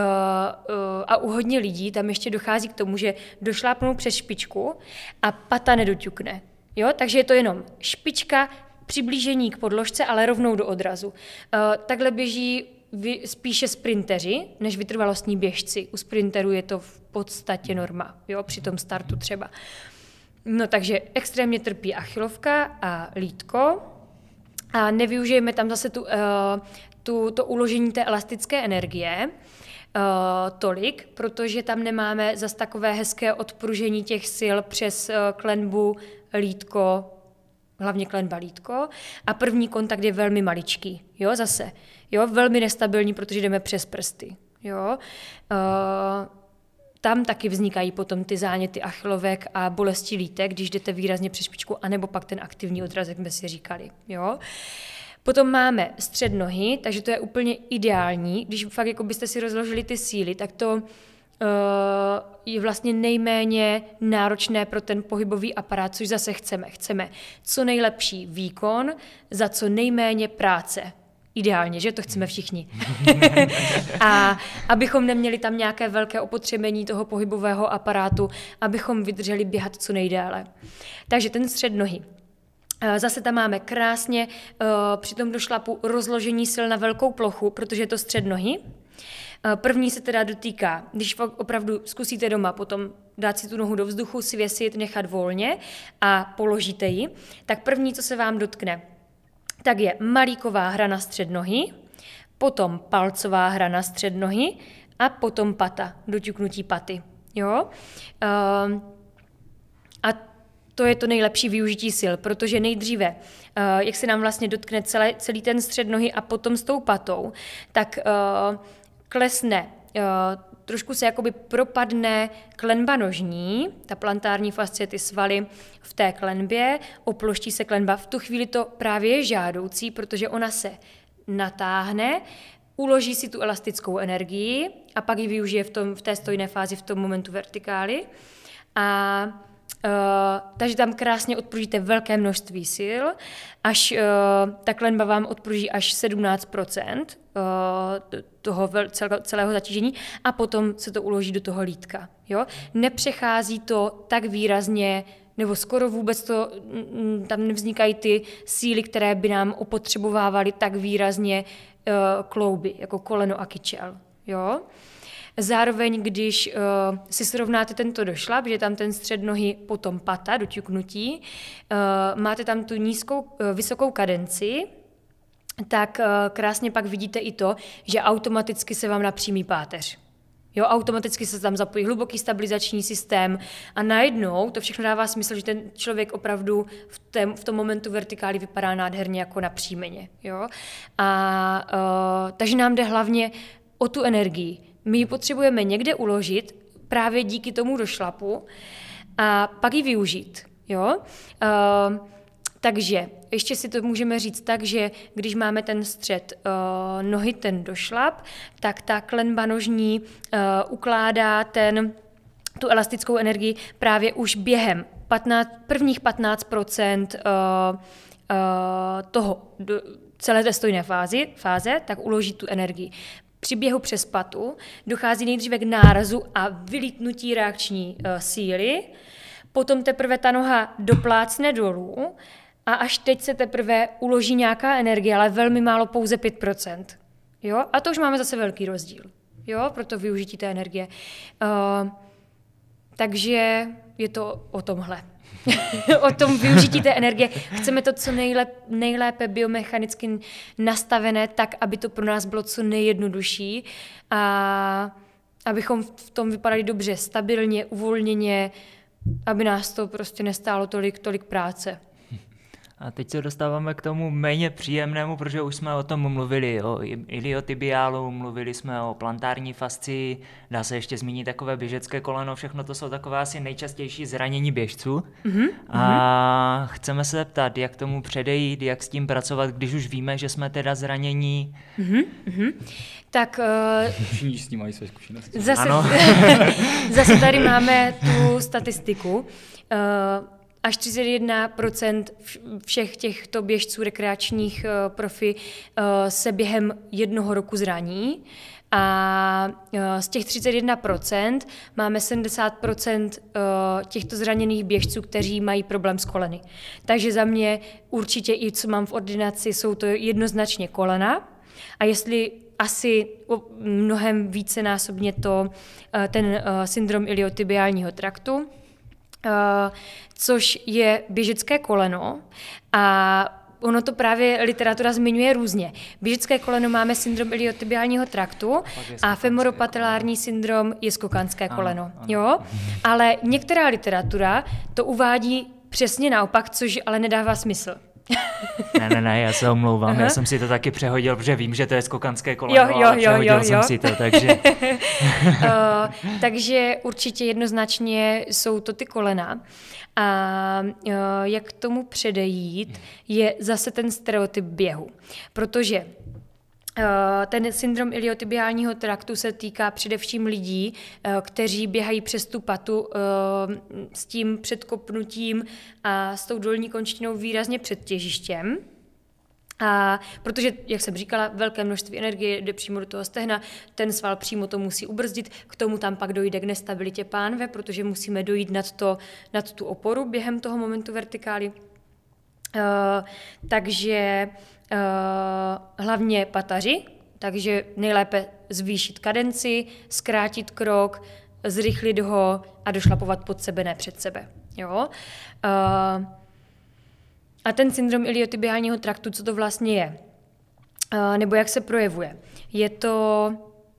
a u hodně lidí tam ještě dochází k tomu, že došlápnou přes špičku a pata nedoťukne. Jo? Takže je to jenom špička, přiblížení k podložce, ale rovnou do odrazu. Takhle běží spíše sprinteři, než vytrvalostní běžci. U sprinterů je to v podstatě norma, jo, při tom startu třeba. No takže extrémně trpí achilovka a lítko a nevyužijeme tam zase to uložení té elastické energie tolik, protože tam nemáme zase takové hezké odpružení těch sil přes klenbu, lítko, hlavně klenba lítko. A první kontakt je velmi maličký, jo, zase. Jo, velmi nestabilní, protože jdeme přes prsty, jo. Tam taky vznikají potom ty záněty achilovek a bolesti lítek, když jdete výrazně přes špičku, anebo pak ten aktivní odraz, jak jsme si říkali, jo. Potom máme střed nohy, takže to je úplně ideální. Když fakt jako byste si rozložili ty síly, tak to je vlastně nejméně náročné pro ten pohybový aparát, což zase chceme. Chceme co nejlepší výkon za co nejméně práce. Ideálně, že? To chceme všichni. A abychom neměli tam nějaké velké opotřebení toho pohybového aparátu, abychom vydrželi běhat co nejdéle. Takže ten střed nohy. Zase tam máme krásně při tom došlapu rozložení sil na velkou plochu, protože je to střed nohy. První se teda dotýká, když opravdu zkusíte doma potom dát si tu nohu do vzduchu, svěsit, nechat volně a položíte ji, tak první, co se vám dotkne, tak je malíková hra na střed nohy, potom palcová hra na střed nohy a potom pata, doťuknutí paty. Jo? A to je to nejlepší využití sil, protože nejdříve, jak se nám vlastně dotkne celý ten střed nohy a potom s tou patou, tak klesne, trošku se jakoby propadne klenba nožní, ta plantární fascie, ty svaly v té klenbě, oploští se klenba. V tu chvíli to právě je žádoucí, protože ona se natáhne, uloží si tu elastickou energii a pak ji využije v té stojné fázi, v tom momentu vertikály. Takže tam krásně odpružíte velké množství sil, až ta klenba vám odpruží až 17% toho celého zatížení a potom se to uloží do toho lítka. Jo? Nepřechází to tak výrazně, nebo skoro vůbec tam nevznikají ty síly, které by nám opotřebovávaly tak výrazně klouby, jako koleno a kyčel. Jo? Zároveň, když si srovnáte tento došlap, že tam ten střed nohy, potom pata, doťuknutí, máte tam tu vysokou kadenci, tak krásně pak vidíte i to, že automaticky se vám napřímí páteř. Jo, automaticky se tam zapojí hluboký stabilizační systém a najednou to všechno dává smysl, že ten člověk opravdu v tom momentu vertikály vypadá nádherně jako napřímeně. Jo? Takže nám jde hlavně o tu energii. My ji potřebujeme někde uložit právě díky tomu došlapu a pak ji využít. Jo? Takže ještě si to můžeme říct tak, že když máme ten střed nohy, ten došlap, tak ta klenba nožní ukládá tu elastickou energii právě už během prvních 15% celé té stojné fáze, tak uloží tu energii. Při běhu přes patu dochází nejdříve k nárazu a vylítnutí reakční síly, potom teprve ta noha doplácne dolů a až teď se teprve uloží nějaká energie, ale velmi málo, pouze 5%. Jo? A to už máme zase velký rozdíl, jo? Pro to využití té energie. Takže je to o tomhle. O tom využití té energie. Chceme to co nejlépe biomechanicky nastavené tak, aby to pro nás bylo co nejjednodušší a abychom v tom vypadali dobře, stabilně, uvolněně, aby nás to prostě nestálo tolik práce. A teď se dostáváme k tomu méně příjemnému, protože už jsme o tom mluvili, o iliotibiálu, mluvili jsme o plantární fascii, dá se ještě zmínit takové běžecké koleno, všechno to jsou takové asi nejčastější zranění běžců. A chceme se zeptat, jak tomu předejít, jak s tím pracovat, když už víme, že jsme teda zranění. Tak všichni s tím mají své zkušenosti. Zase tady máme tu statistiku. až 31% všech těchto běžců rekreačních profi se během 1 roku zraní. A z těch 31% máme 70% těchto zraněných běžců, kteří mají problém s koleny. Takže za mě určitě i co mám v ordinaci, jsou to jednoznačně kolena. A jestli asi mnohem vícenásobně ten syndrom iliotibiálního traktu, což je běžecké koleno a ono to právě literatura zmiňuje různě. Běžecké koleno máme syndrom iliotibiálního traktu a femoropatelární syndrom je skokánské koleno. Ano. Jo? Ale některá literatura to uvádí přesně naopak, což ale nedává smysl. Ne, já se omlouvám, já jsem si to taky přehodil, protože vím, že to je skokanské koleno, ale přehodil jsem si to, takže... Takže určitě jednoznačně jsou to ty kolena. A jak k tomu předejít, je zase ten stereotyp běhu. Protože ten syndrom iliotibiálního traktu se týká především lidí, kteří běhají přes tu patu s tím předkopnutím a s tou dolní končetinou výrazně před těžištěm. A protože, jak jsem říkala, velké množství energie jde přímo do toho stehna, ten sval přímo to musí ubrzdit, k tomu tam pak dojde k nestabilitě pánve, protože musíme dojít nad tu oporu během toho momentu vertikály. Takže hlavně pataři, takže nejlépe zvýšit kadenci, zkrátit krok, zrychlit ho a došlapovat pod sebe, ne před sebe. Jo? A ten syndrom iliotibiálního traktu, co to vlastně je? Nebo jak se projevuje? Je to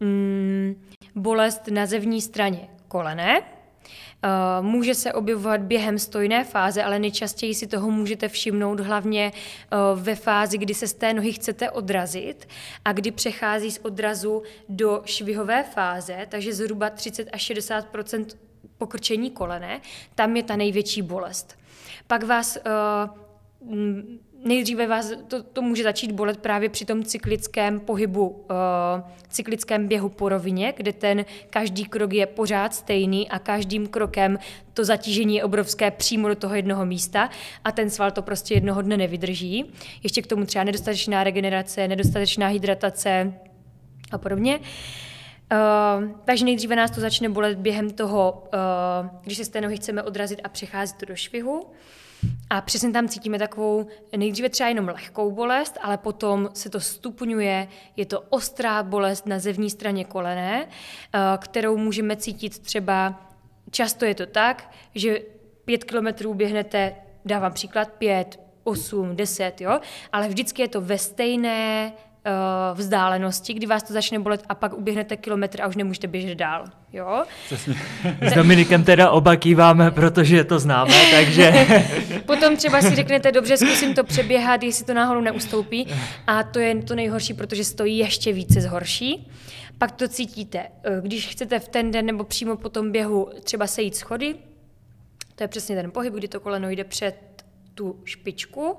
bolest na zevní straně kolene. Může se objevovat během stojné fáze, ale nejčastěji si toho můžete všimnout hlavně ve fázi, kdy se z té nohy chcete odrazit a kdy přechází z odrazu do švihové fáze, takže zhruba 30 až 60% pokrčení kolene, tam je ta největší bolest. Pak vás nejdříve vás to může začít bolet právě při tom cyklickém pohybu, cyklickém běhu po rovině, kde ten každý krok je pořád stejný a každým krokem to zatížení je obrovské přímo do toho jednoho místa a ten sval to prostě jednoho dne nevydrží. Ještě k tomu třeba nedostatečná regenerace, nedostatečná hydratace a podobně. Takže nejdříve nás to začne bolet během toho, když se z té nohy chceme odrazit a přechází to do švihu. A přesně tam cítíme takovou nejdříve třeba jenom lehkou bolest, ale potom se to stupňuje, je to ostrá bolest na zevní straně kolene, kterou můžeme cítit třeba, často je to tak, že 5 kilometrů běhnete, dávám příklad, 5, 8, 10, jo? Ale vždycky je to ve stejné vzdálenosti, kdy vás to začne bolet a pak uběhnete kilometr a už nemůžete běžet dál. Jo? S Dominikem teda oba kýváme, protože to známe, takže... Potom třeba si řeknete, dobře, zkusím to přeběhat, jestli to náhodou neustoupí a to je to nejhorší, protože se to ještě více zhorší. Pak to cítíte, když chcete v ten den nebo přímo po tom běhu třeba sejít schody, to je přesně ten pohyb, kdy to koleno jde před tu špičku,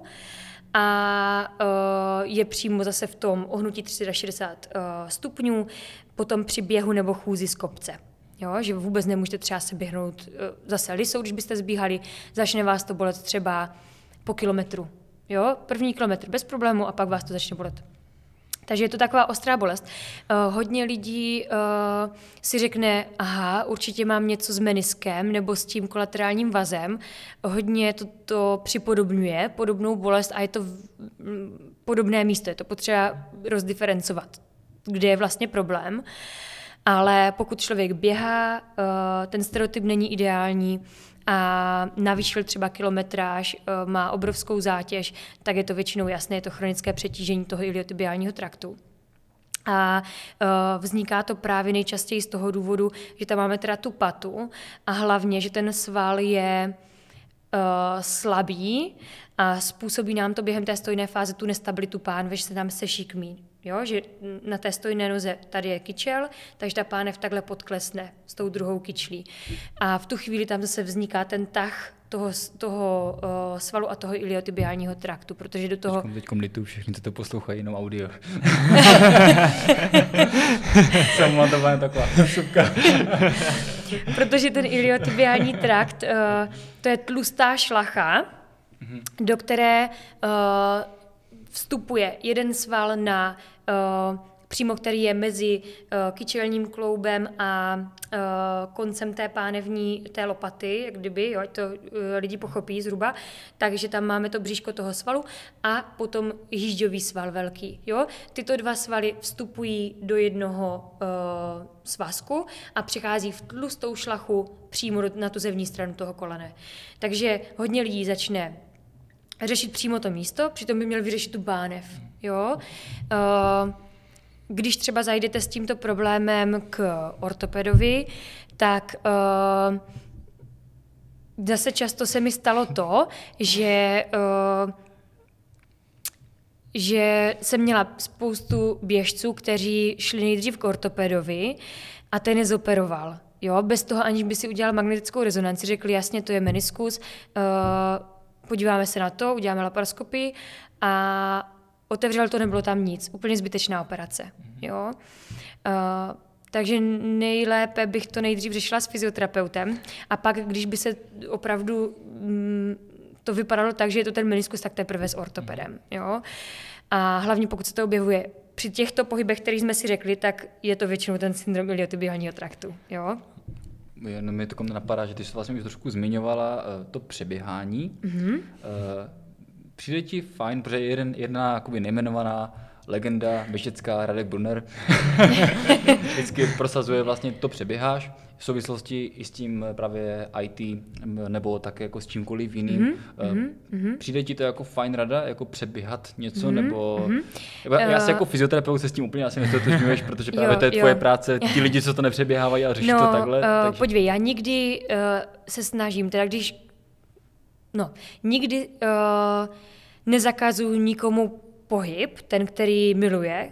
a je přímo zase v tom ohnutí 360 stupňů, potom při běhu nebo chůzi z kopce. Jo, že vůbec nemůžete třeba se běhnout zase lisou, když byste zbíhali, začne vás to bolet třeba po kilometru. Jo, první kilometr bez problému a pak vás to začne bolet. Takže je to taková ostrá bolest. Hodně lidí si řekne, aha, určitě mám něco s meniskem nebo s tím kolaterálním vazem. Hodně to připodobňuje, podobnou bolest a je to podobné místo. Je to potřeba rozdiferencovat, kde je vlastně problém. Ale pokud člověk běhá, ten stereotyp není ideální a navýšil třeba kilometráž, má obrovskou zátěž, tak je to většinou jasné, je to chronické přetížení toho iliotibiálního traktu. A vzniká to právě nejčastěji z toho důvodu, že tam máme teda tu patu a hlavně, že ten sval je slabý a způsobí nám to během té stojné fáze tu nestabilitu pánve, že se nám sešikmí. Jo? Že na té stojné noze tady je kyčel, takže ta pánev takhle podklesne s tou druhou kyčlí. A v tu chvíli tam zase vzniká ten tah toho svalu a toho iliotibiálního traktu, protože do toho... Teďkom litu, všichni to poslouchají, jenom audio. Jsem taková šupka. protože ten iliotibiální trakt, to je tlustá šlacha, do které vstupuje jeden sval na přímo, který je mezi kyčelním kloubem a koncem té pánevní, té lopaty, jak kdyby, jo, to lidi pochopí zhruba, takže tam máme to bříško toho svalu a potom hýžďový sval velký. Jo. Tyto dva svaly vstupují do jednoho svazku a přichází v tlustou šlachu přímo na tu zevní stranu toho kolene. Takže hodně lidí začne řešit přímo to místo, přitom by měl vyřešit tu pánev. Jo. Když třeba zajdete s tímto problémem k ortopedovi, tak zase často se mi stalo to, že jsem měla spoustu běžců, kteří šli nejdřív k ortopedovi a ten je zoperoval. Jo? Bez toho, aniž by si udělal magnetickou rezonanci, řekli jasně, to je meniskus, podíváme se na to, uděláme laparoskopii a otevřel to, nebylo tam nic. Úplně zbytečná operace. Jo? Takže nejlépe bych to nejdřív řešila s fyzioterapeutem a pak, když by se opravdu to vypadalo tak, že je to ten meniskus, tak teprve s ortopedem. Jo? A hlavně pokud se to objevuje při těchto pohybech, které jsme si řekli, tak je to většinou ten syndrom iliotibiálního traktu. Jo? Jenom mi to napadá, že ty jsi vlastně už trošku zmiňovala to přeběhání. Přijde ti fajn, protože jedna jakoby nejmenovaná legenda běžecká Radek Brunner vždycky prosazuje vlastně to přeběháš v souvislosti i s tím právě IT nebo tak jako s čímkoliv jiným. Přijde ti to jako fajn rada, jako přeběhat něco, nebo... Já se jako fyzioterapeut se s tím úplně asi nestotožňuješ, protože právě to je tvoje práce, ti lidi, co to nepřeběhávají a řeší to takhle. Takže... Podívej, já nikdy se snažím, teda když... nikdy nezakazuju nikomu pohyb, ten, který miluje,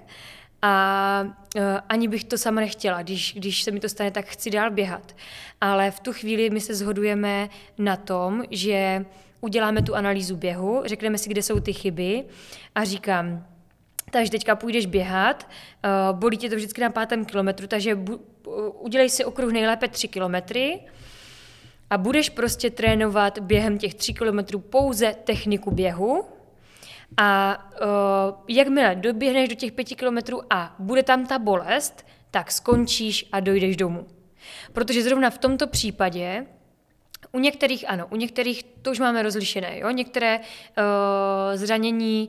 a ani bych to sama nechtěla. Když se mi to stane, tak chci dál běhat. Ale v tu chvíli my se shodujeme na tom, že uděláme tu analýzu běhu, řekneme si, kde jsou ty chyby a říkám, takže teďka půjdeš běhat, bolí tě to vždycky na 5. kilometru, takže udělej si okruh nejlépe 3 kilometry a budeš prostě trénovat během těch 3 kilometrů pouze techniku běhu. A jakmile doběhneš do těch 5 kilometrů a bude tam ta bolest, tak skončíš a dojdeš domů. Protože zrovna v tomto případě, u některých to už máme rozlišené, jo? Některé zranění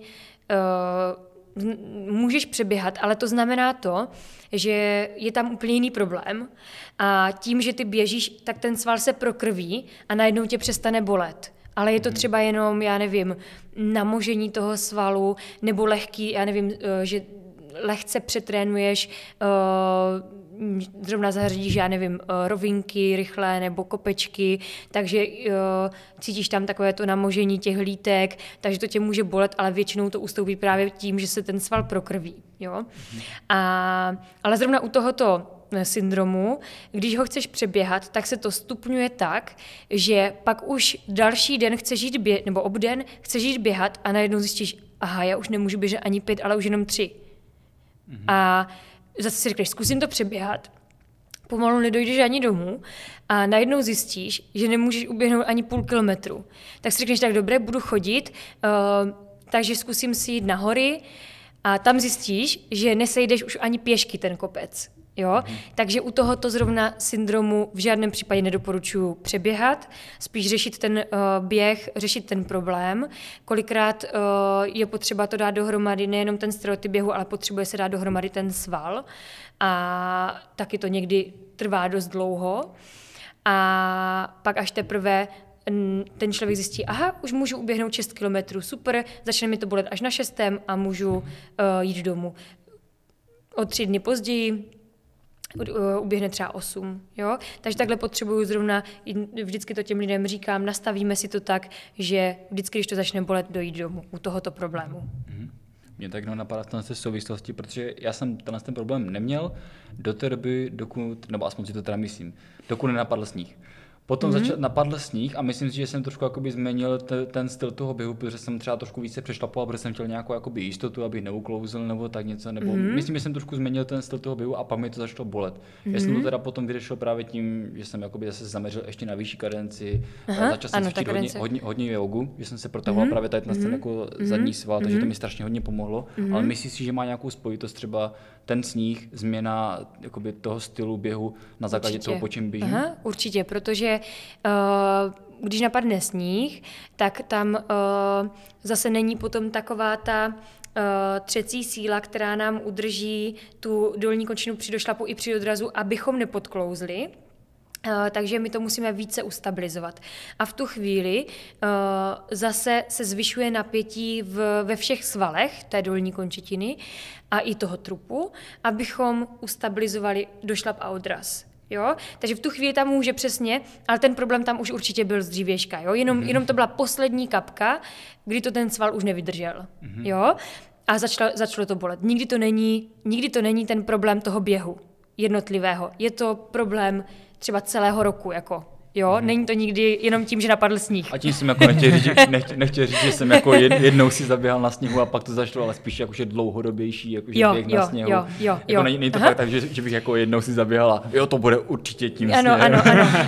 můžeš přeběhat, ale to znamená to, že je tam úplně jiný problém a tím, že ty běžíš, tak ten sval se prokrví a najednou tě přestane bolet. Ale je to třeba jenom, já nevím, namožení toho svalu, nebo lehký, já nevím, že lehce přetrénuješ, zrovna zařídíš, já nevím, rovinky rychlé nebo kopečky, takže cítíš tam takové to namožení těch lítek, takže to tě může bolet, ale většinou to ustoupí právě tím, že se ten sval prokrví. Jo? Ale zrovna u tohoto syndromu, když ho chceš přeběhat, tak se to stupňuje tak, že pak už další den chceš jít nebo obden chceš jít běhat a najednou zjistíš, aha, já už nemůžu běžet ani 5, ale už jenom 3. A zase si řekneš, zkusím to přeběhat, pomalu nedojdeš ani domů a najednou zjistíš, že nemůžeš uběhnout ani 0,5 kilometru. Tak si řekneš, tak dobré, budu chodit, takže zkusím si jít na hory a tam zjistíš, že nesejdeš už ani pěšky ten kopec. Jo? Takže u tohoto zrovna syndromu v žádném případě nedoporučuji přeběhat, spíš řešit ten běh, řešit ten problém. Kolikrát je potřeba to dát dohromady, nejenom ten stereotyp běhu, ale potřebuje se dát dohromady ten sval a taky to někdy trvá dost dlouho. A pak až teprve ten člověk zjistí, aha, už můžu uběhnout 6 kilometrů, super, začne mi to bolet až na 6. a můžu jít domů. O 3 dny později uběhne třeba 8. Jo? Takže takhle potřebuju zrovna, vždycky to těm lidem říkám, nastavíme si to tak, že vždycky, když to začne bolet, dojít domů u tohoto problému. Mě tak napadá v souvislosti, protože já jsem ten problém neměl do té doby, dokud, nebo aspoň si to teda myslím, dokud nenapadl sníh. Potom napadl sníh a myslím si, že jsem trošku jakoby změnil ten styl toho běhu, protože jsem třeba trošku více přešlapoval, protože jsem chtěl nějakou jakoby jistotu, abych neuklouzl nebo tak něco, nebo myslím, že jsem trošku změnil ten styl toho běhu a pak mi to začalo bolet. Já jsem to teda potom vyřešil právě tím, že jsem jakoby zase zaměřil ještě na vyšší kadenci, začal jsem cvičit hodně jogu, že jsem se protahoval právě tady na ten jako zadní sval, takže to mi strašně hodně pomohlo, ale myslím si, že má nějakou spojitost třeba ten sníh, změna jakoby toho stylu běhu na základě toho, po čem běžím? Určitě, protože když napadne sníh, tak tam zase není potom taková ta třecí síla, která nám udrží tu dolní končinu při došlapu i při odrazu, abychom nepodklouzli. Takže my to musíme více ustabilizovat. A v tu chvíli zase se zvyšuje napětí ve všech svalech té dolní končetiny a i toho trupu, abychom ustabilizovali došlap a odraz. Jo? Takže v tu chvíli tam může přesně, ale ten problém tam už určitě byl z dřívějška. Jo? Jenom to byla poslední kapka, kdy to ten sval už nevydržel. Jo? A začalo to bolet. Nikdy to není ten problém toho běhu jednotlivého. Je to problém třeba celého roku, jako. Jo, není to nikdy jenom tím, že napadl sníh. A tím jsem jako nechtěl říct, že jsem jako jednou si zaběhal na sněhu a pak to začalo, ale spíš jakože dlouhodobější, jakože běh na sněhu. Jako není to fakt tak, že bych jako jednou si zaběhala. Jo, to bude určitě tím sněhem. Ano.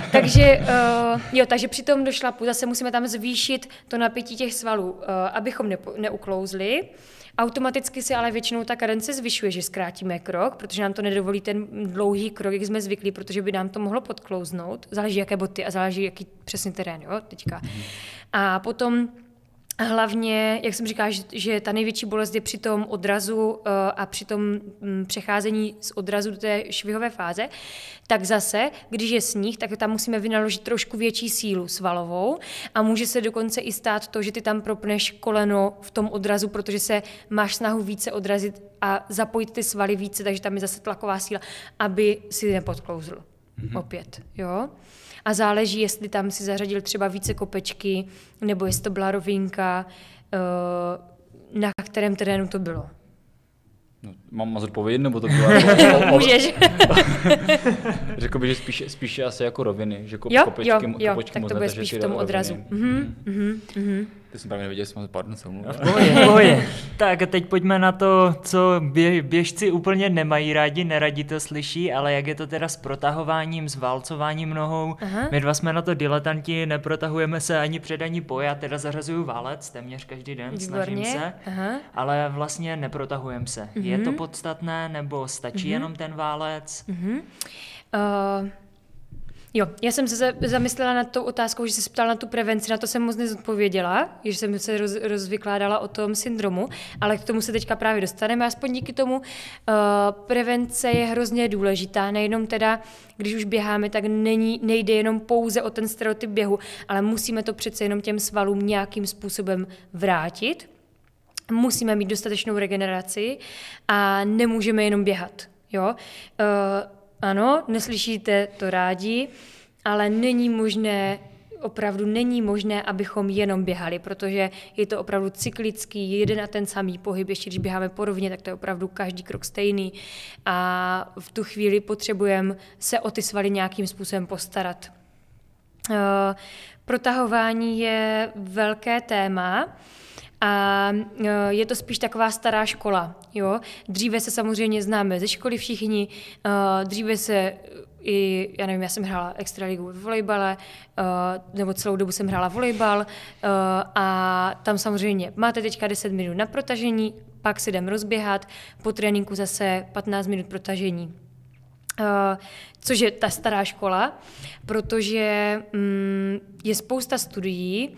Takže při tom došlapu zase musíme tam zvýšit to napětí těch svalů, abychom neuklouzli. Automaticky se ale většinou ta kadence zvyšuje, že zkrátíme krok, protože nám to nedovolí ten dlouhý krok, jak jsme zvyklí, protože by nám to mohlo podklouznout. Záleží, jaké boty a záleží, jaký přesně terén, jo, teďka. A potom hlavně, jak jsem říkala, že ta největší bolest je při tom odrazu a při tom přecházení z odrazu do té švihové fáze, tak zase, když je sníh, tak tam musíme vynaložit trošku větší sílu svalovou a může se dokonce i stát to, že ty tam propneš koleno v tom odrazu, protože se máš snahu více odrazit a zapojit ty svaly více, takže tam je zase tlaková síla, aby si nepodklouzl. Opět, jo. A záleží, jestli tam si zařadil třeba více kopečky, nebo jestli to byla rovinka, na kterém terénu to bylo. No, mám odpovědět, nebo to bylo? Můžeš. Řekl bych, že spíše asi jako roviny, že kopečky tak to bude spíš v tom odrazu. Ty jsem právě nevěděl, že jsme pardon, se omlouvám. V pohodě. Tak a teď pojďme na to, co běžci úplně nemají rádi, neradi to slyší, ale jak je to teda s protahováním, s válcováním nohou. My dva jsme na to diletanti, neprotahujeme se ani před, ani po, já teda zařazuju válec téměř každý den, snažím se, ale vlastně neprotahujeme se. Je to podstatné, nebo stačí jenom ten válec? Jo, já jsem se zamyslela nad tou otázkou, že jsi se ptala na tu prevenci, na to jsem moc nezodpověděla, že jsem se rozvykládala o tom syndromu, ale k tomu se teďka právě dostaneme, aspoň díky tomu. Prevence je hrozně důležitá, nejenom teda, když už běháme, tak nejde jenom pouze o ten stereotyp běhu, ale musíme to přece jenom těm svalům nějakým způsobem vrátit. Musíme mít dostatečnou regeneraci a nemůžeme jenom běhat. Jo? Ano, neslyšíte to rádi, ale opravdu není možné, abychom jenom běhali, protože je to opravdu cyklický, jeden a ten samý pohyb, ještě když běháme podobně, tak to je opravdu každý krok stejný a v tu chvíli potřebujeme se o ty svaly nějakým způsobem postarat. Protahování je velké téma, a je to spíš taková stará škola. Jo? Dříve se samozřejmě známe ze školy všichni, dříve se já jsem hrála extraligu v volejbale, nebo celou dobu jsem hrála volejbal a tam samozřejmě máte teďka 10 minut na protažení, pak si jdem rozběhat, po tréninku zase 15 minut protažení. Což je ta stará škola, protože je spousta studií,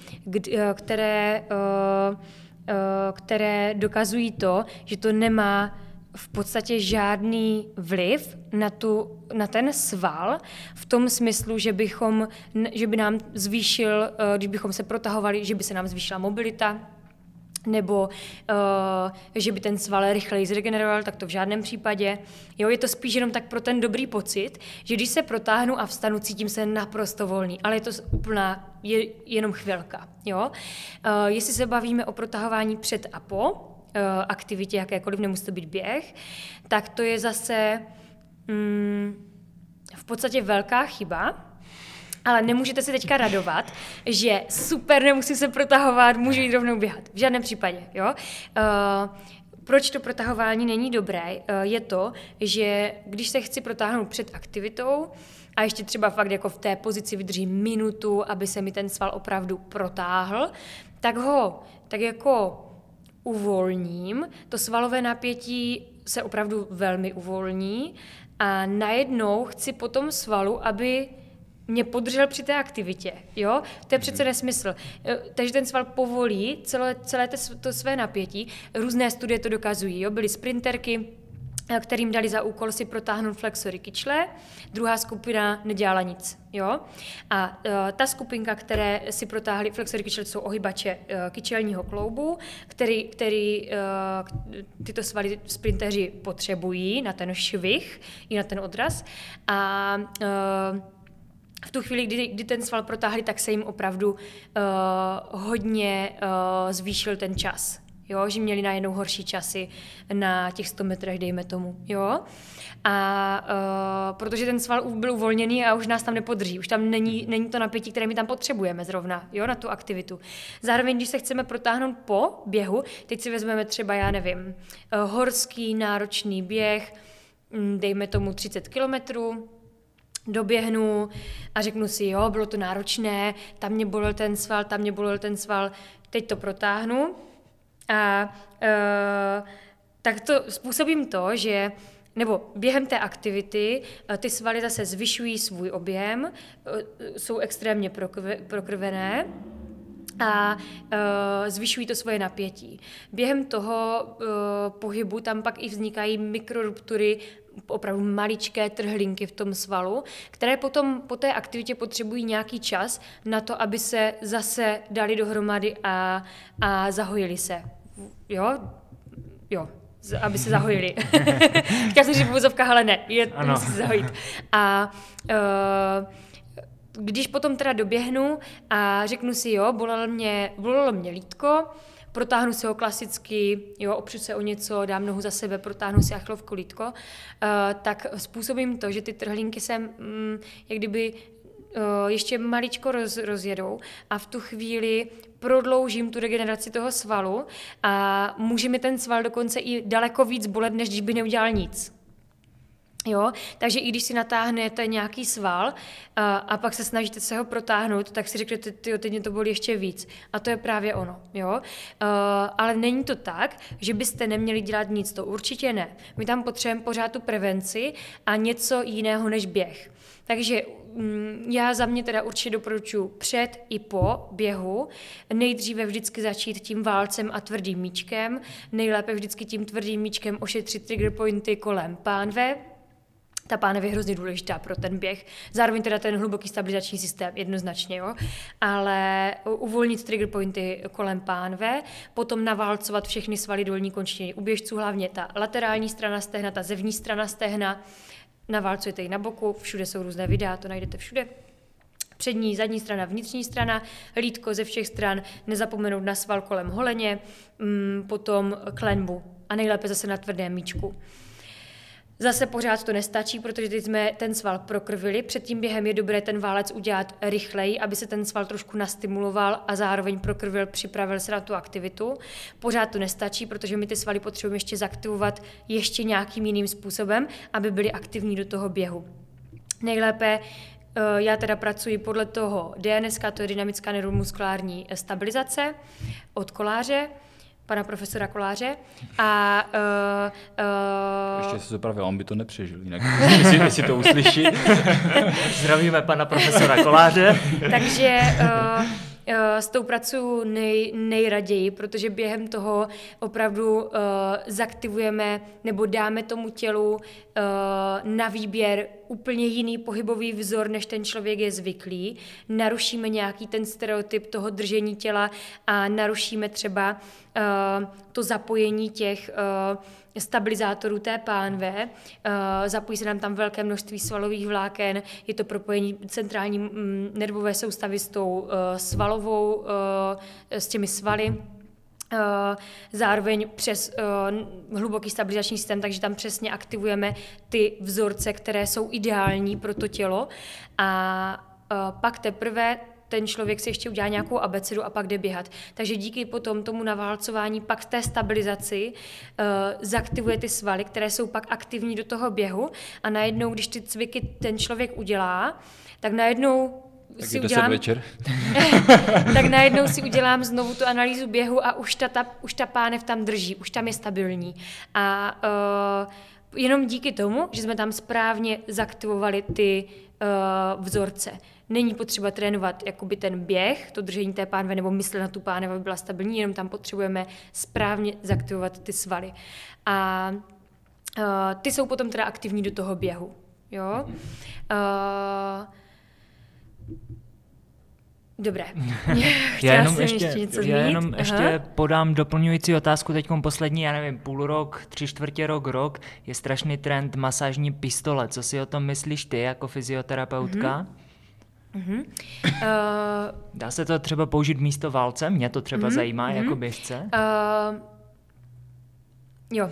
které dokazují to, že to nemá v podstatě žádný vliv na ten sval v tom smyslu, že by nám zvýšil, když bychom se protahovali, že by se nám zvýšila mobilita, nebo že by ten sval rychleji zregeneroval, tak to v žádném případě. Jo, je to spíš jenom tak pro ten dobrý pocit, že když se protáhnu a vstanu, cítím se naprosto volný, ale je to jenom chvilka. Jo? Jestli se bavíme o protahování před a po aktivitě jakékoliv, nemusí to být běh, tak to je zase v podstatě velká chyba Ale nemůžete se teďka radovat, že super, nemusím se protahovat, můžu jít rovnou běhat. V žádném případě. Jo? Proč to protahování není dobré, je to, že když se chci protáhnout před aktivitou a ještě třeba fakt jako v té pozici vydržím minutu, aby se mi ten sval opravdu protáhl, tak jako uvolním, to svalové napětí se opravdu velmi uvolní a najednou chci po tom svalu, aby mě podržel při té aktivitě, jo? To je přece nesmysl. Takže ten sval povolí celé to své napětí. Různé studie to dokazují, jo? Byly sprinterky, kterým dali za úkol si protáhnout flexory kyčle, druhá skupina nedělala nic, jo? A ta skupinka, které si protáhly flexory kyčle, jsou ohybače kyčelního kloubu, který tyto svaly sprinteři potřebují na ten švih i na ten odraz. A v tu chvíli, kdy ten sval protáhli, tak se jim opravdu hodně zvýšil ten čas. Jo? Že měli najednou horší časy na těch 100 metrech, dejme tomu. Jo? A protože ten sval byl uvolněný a už nás tam nepodrží. Už tam není to napětí, které my tam potřebujeme zrovna, jo? Na tu aktivitu. Zároveň, když se chceme protáhnout po běhu, teď si vezmeme třeba, já nevím, horský náročný běh, dejme tomu 30 kilometrů, doběhnu a řeknu si, jo, bylo to náročné, tam mě bolel ten sval, teď to protáhnu a tak to způsobím to, že nebo během té aktivity ty svaly zase zvyšují svůj objem, jsou extrémně prokrvené a zvyšují to svoje napětí. Během toho pohybu tam pak i vznikají mikroruptury, opravdu maličké trhlinky v tom svalu, které potom po té aktivitě potřebují nějaký čas na to, aby se zase dali dohromady a zahojili se. Jo, aby se zahojili. Chtěla jsem říct v uvozovkách, ale ne, musí se zahojit. A když potom teda doběhnu a řeknu si, jo, bolelo mě lítko, protáhnu si ho klasicky, jo, opřu se o něco, dám nohu za sebe, protáhnu si achilovku lítko, tak způsobím to, že ty trhlinky se jak kdyby ještě maličko rozjedou a v tu chvíli prodloužím tu regeneraci toho svalu a může mi ten sval dokonce i daleko víc bolet, než když by neudělal nic. Jo? Takže i když si natáhnete nějaký sval a pak se snažíte se ho protáhnout, tak si řeknete, teď mě to bolí ještě víc. A to je právě ono. Jo? Ale není to tak, že byste neměli dělat nic, to určitě ne. My tam potřebujeme pořád tu prevenci a něco jiného než běh. Takže já za mě teda určitě doporučuji před i po běhu. Nejdříve vždycky začít tím válcem a tvrdým míčkem. Nejlépe vždycky tím tvrdým míčkem ošetřit trigger pointy kolem pánve. Ta pánve je hrozně důležitá pro ten běh. Zároveň teda ten hluboký stabilizační systém, jednoznačně, jo. Ale uvolnit trigger pointy kolem pánve, potom naválcovat všechny svaly dolní končetiny u běžců, hlavně ta laterální strana stehna, ta zevní strana stehna, naválcujete ji na boku, všude jsou různé videa, to najdete všude. Přední, zadní strana, vnitřní strana, lítko ze všech stran, nezapomenout na sval kolem holeně, potom klenbu a nejlépe zase na tvrdém míčku. Zase pořád to nestačí, protože teď jsme ten sval prokrvili. Před tím během je dobré ten válec udělat rychleji, aby se ten sval trošku nastimuloval a zároveň prokrvil, připravil se na tu aktivitu. Pořád to nestačí, protože my ty svaly potřebujeme ještě zaktivovat ještě nějakým jiným způsobem, aby byly aktivní do toho běhu. Nejlépe já teda pracuji podle toho DNS, to je dynamická neuromuskulární stabilizace od Koláře, pana profesora Koláře. A ještě se zapravil, on by to nepřežil, jinak jestli to uslyší. Zdravíme pana profesora Koláře. Takže s tou pracuji nejraději, protože během toho opravdu zaktivujeme nebo dáme tomu tělu na výběr úplně jiný pohybový vzor, než ten člověk je zvyklý. Narušíme nějaký ten stereotyp toho držení těla a narušíme třeba to zapojení těch stabilizátorů té pánve. Zapojí se nám tam velké množství svalových vláken, je to propojení centrální nervové soustavy s tou svalovou, s těmi svaly. Zároveň přes hluboký stabilizační systém, takže tam přesně aktivujeme ty vzorce, které jsou ideální pro to tělo a pak teprve ten člověk si ještě udělá nějakou abecedu a pak jde běhat. Takže díky potom tomu naválcování, pak té stabilizaci zaktivuje ty svaly, které jsou pak aktivní do toho běhu a najednou, když ty cviky ten člověk udělá, tak najednou tak si udělám, večer. tak najednou si udělám znovu tu analýzu běhu a už ta pánev tam drží, už tam je stabilní. A jenom díky tomu, že jsme tam správně zaktivovali ty vzorce. Není potřeba trénovat jakoby ten běh, to držení té pánve nebo myslet na tu pánev, aby byla stabilní, jenom tam potřebujeme správně zaktivovat ty svaly. A ty jsou potom teda aktivní do toho běhu. Jo? Dobré. Já jenom ještě podám doplňující otázku, teďkom poslední, já nevím, půl rok, 3/4 rok, je strašný trend masážní pistole. Co si o tom myslíš ty jako fyzioterapeutka? Dá se to třeba použít místo válce? Mě to třeba zajímá jako běžce. Jo,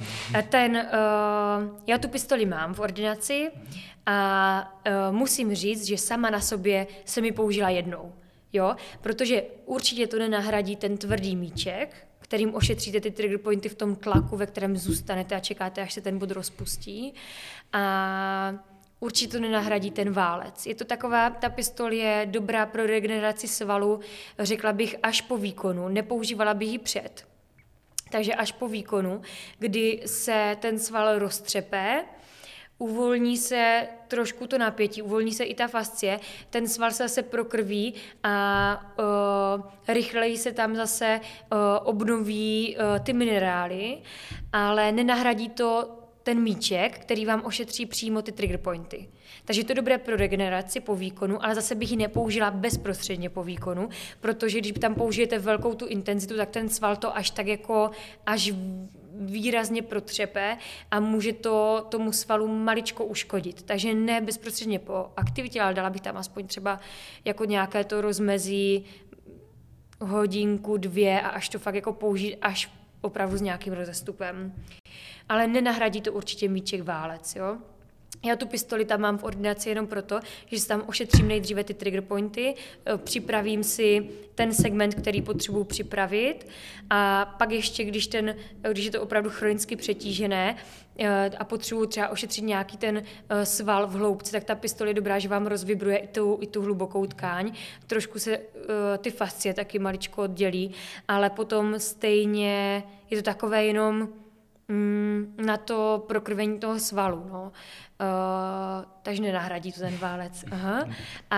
já tu pistoli mám v ordinaci a musím říct, že sama na sobě jsem ji použila jednou. Jo, protože určitě to nenahradí ten tvrdý míček, kterým ošetříte ty trigger pointy v tom tlaku, ve kterém zůstanete a čekáte, až se ten bod rozpustí. A určitě to nenahradí ten válec. Je to taková, ta pistol je dobrá pro regeneraci svalu, řekla bych až po výkonu, nepoužívala bych ji před. Takže až po výkonu, kdy se ten sval roztřepe, uvolní se trošku to napětí, uvolní se i ta fascie, ten sval se zase prokrví a rychleji se tam zase obnoví ty minerály, ale nenahradí to ten míček, který vám ošetří přímo ty trigger pointy. Takže to je dobré pro regeneraci po výkonu, ale zase bych ji nepoužila bezprostředně po výkonu, protože když tam použijete velkou tu intenzitu, tak ten sval to až výrazně protřepe a může to tomu svalu maličko uškodit. Takže ne bezprostředně po aktivitě, ale dala bych tam aspoň třeba jako nějaké to rozmezí hodinku, 2 a až to fakt jako použít až opravdu s nějakým rozestupem. Ale nenahradí to určitě míček válec, jo. Já tu pistoli tam mám v ordinaci jenom proto, že si tam ošetřím nejdříve ty trigger pointy, připravím si ten segment, který potřebuji připravit a pak ještě, když je to opravdu chronicky přetížené a potřebuji třeba ošetřit nějaký ten sval v hloubce, tak ta pistole je dobrá, že vám rozvibruje i tu hlubokou tkáň. Trošku se ty fascie taky maličko oddělí, ale potom stejně je to takové jenom na to prokrvení toho svalu, no. Takže nenahradí to ten válec. Aha.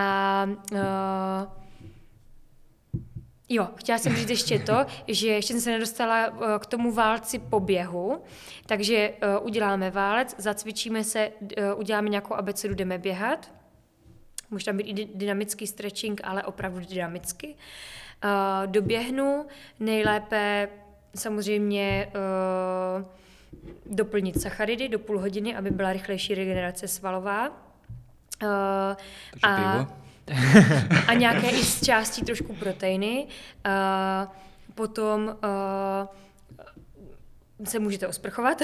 Jo, chtěla jsem říct ještě to, že ještě jsem se nedostala k tomu válci po běhu, takže uděláme válec, zacvičíme se, uděláme nějakou abecedu, jdeme běhat. Může tam být i dynamický stretching, ale opravdu dynamicky. Doběhnu, nejlépe samozřejmě doplnit sacharidy do půl hodiny, aby byla rychlejší regenerace svalová. A nějaké i z částí trošku proteiny. Potom se můžete osprchovat.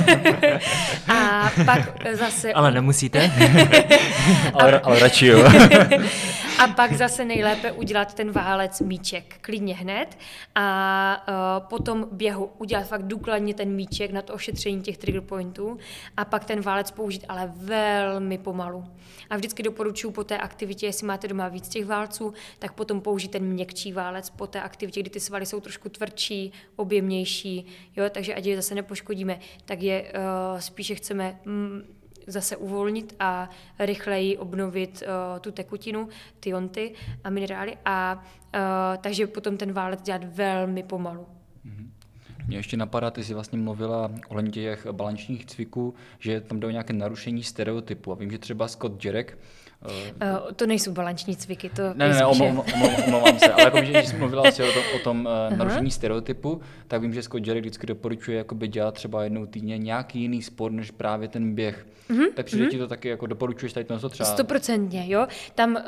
A pak zase... Ale nemusíte. ale radši jo. A pak zase nejlépe udělat ten válec míček klidně hned a potom běhu udělat fakt důkladně ten míček na to ošetření těch trigger pointů a pak ten válec použít, ale velmi pomalu. A vždycky doporučuji po té aktivitě, jestli máte doma víc těch válců, tak potom použít ten měkčí válec po té aktivitě, kdy ty svaly jsou trošku tvrdší, objemnější, jo, takže ať je zase nepoškodíme, tak je spíše chceme zase uvolnit a rychleji obnovit tu tekutinu, ty jonty a minerály takže potom ten válec dělat velmi pomalu. Mě ještě napadá, ty jsi vlastně mluvila ohledně těch balančních cviků, že tam jde o nějaké narušení stereotypu. A vím, že třeba Scott Jurek... To nejsou balanční cviky, to omlouvám se, ale jako, že jsi mluvila asi o tom narušení stereotypu, tak vím, že Scott Jurek vždycky doporučuje jakoby dělat třeba jednou týdně nějaký jiný sport, než právě ten běh. Tak přijde ti to taky, jako doporučuješ tady to třeba? 100%, jo. Tam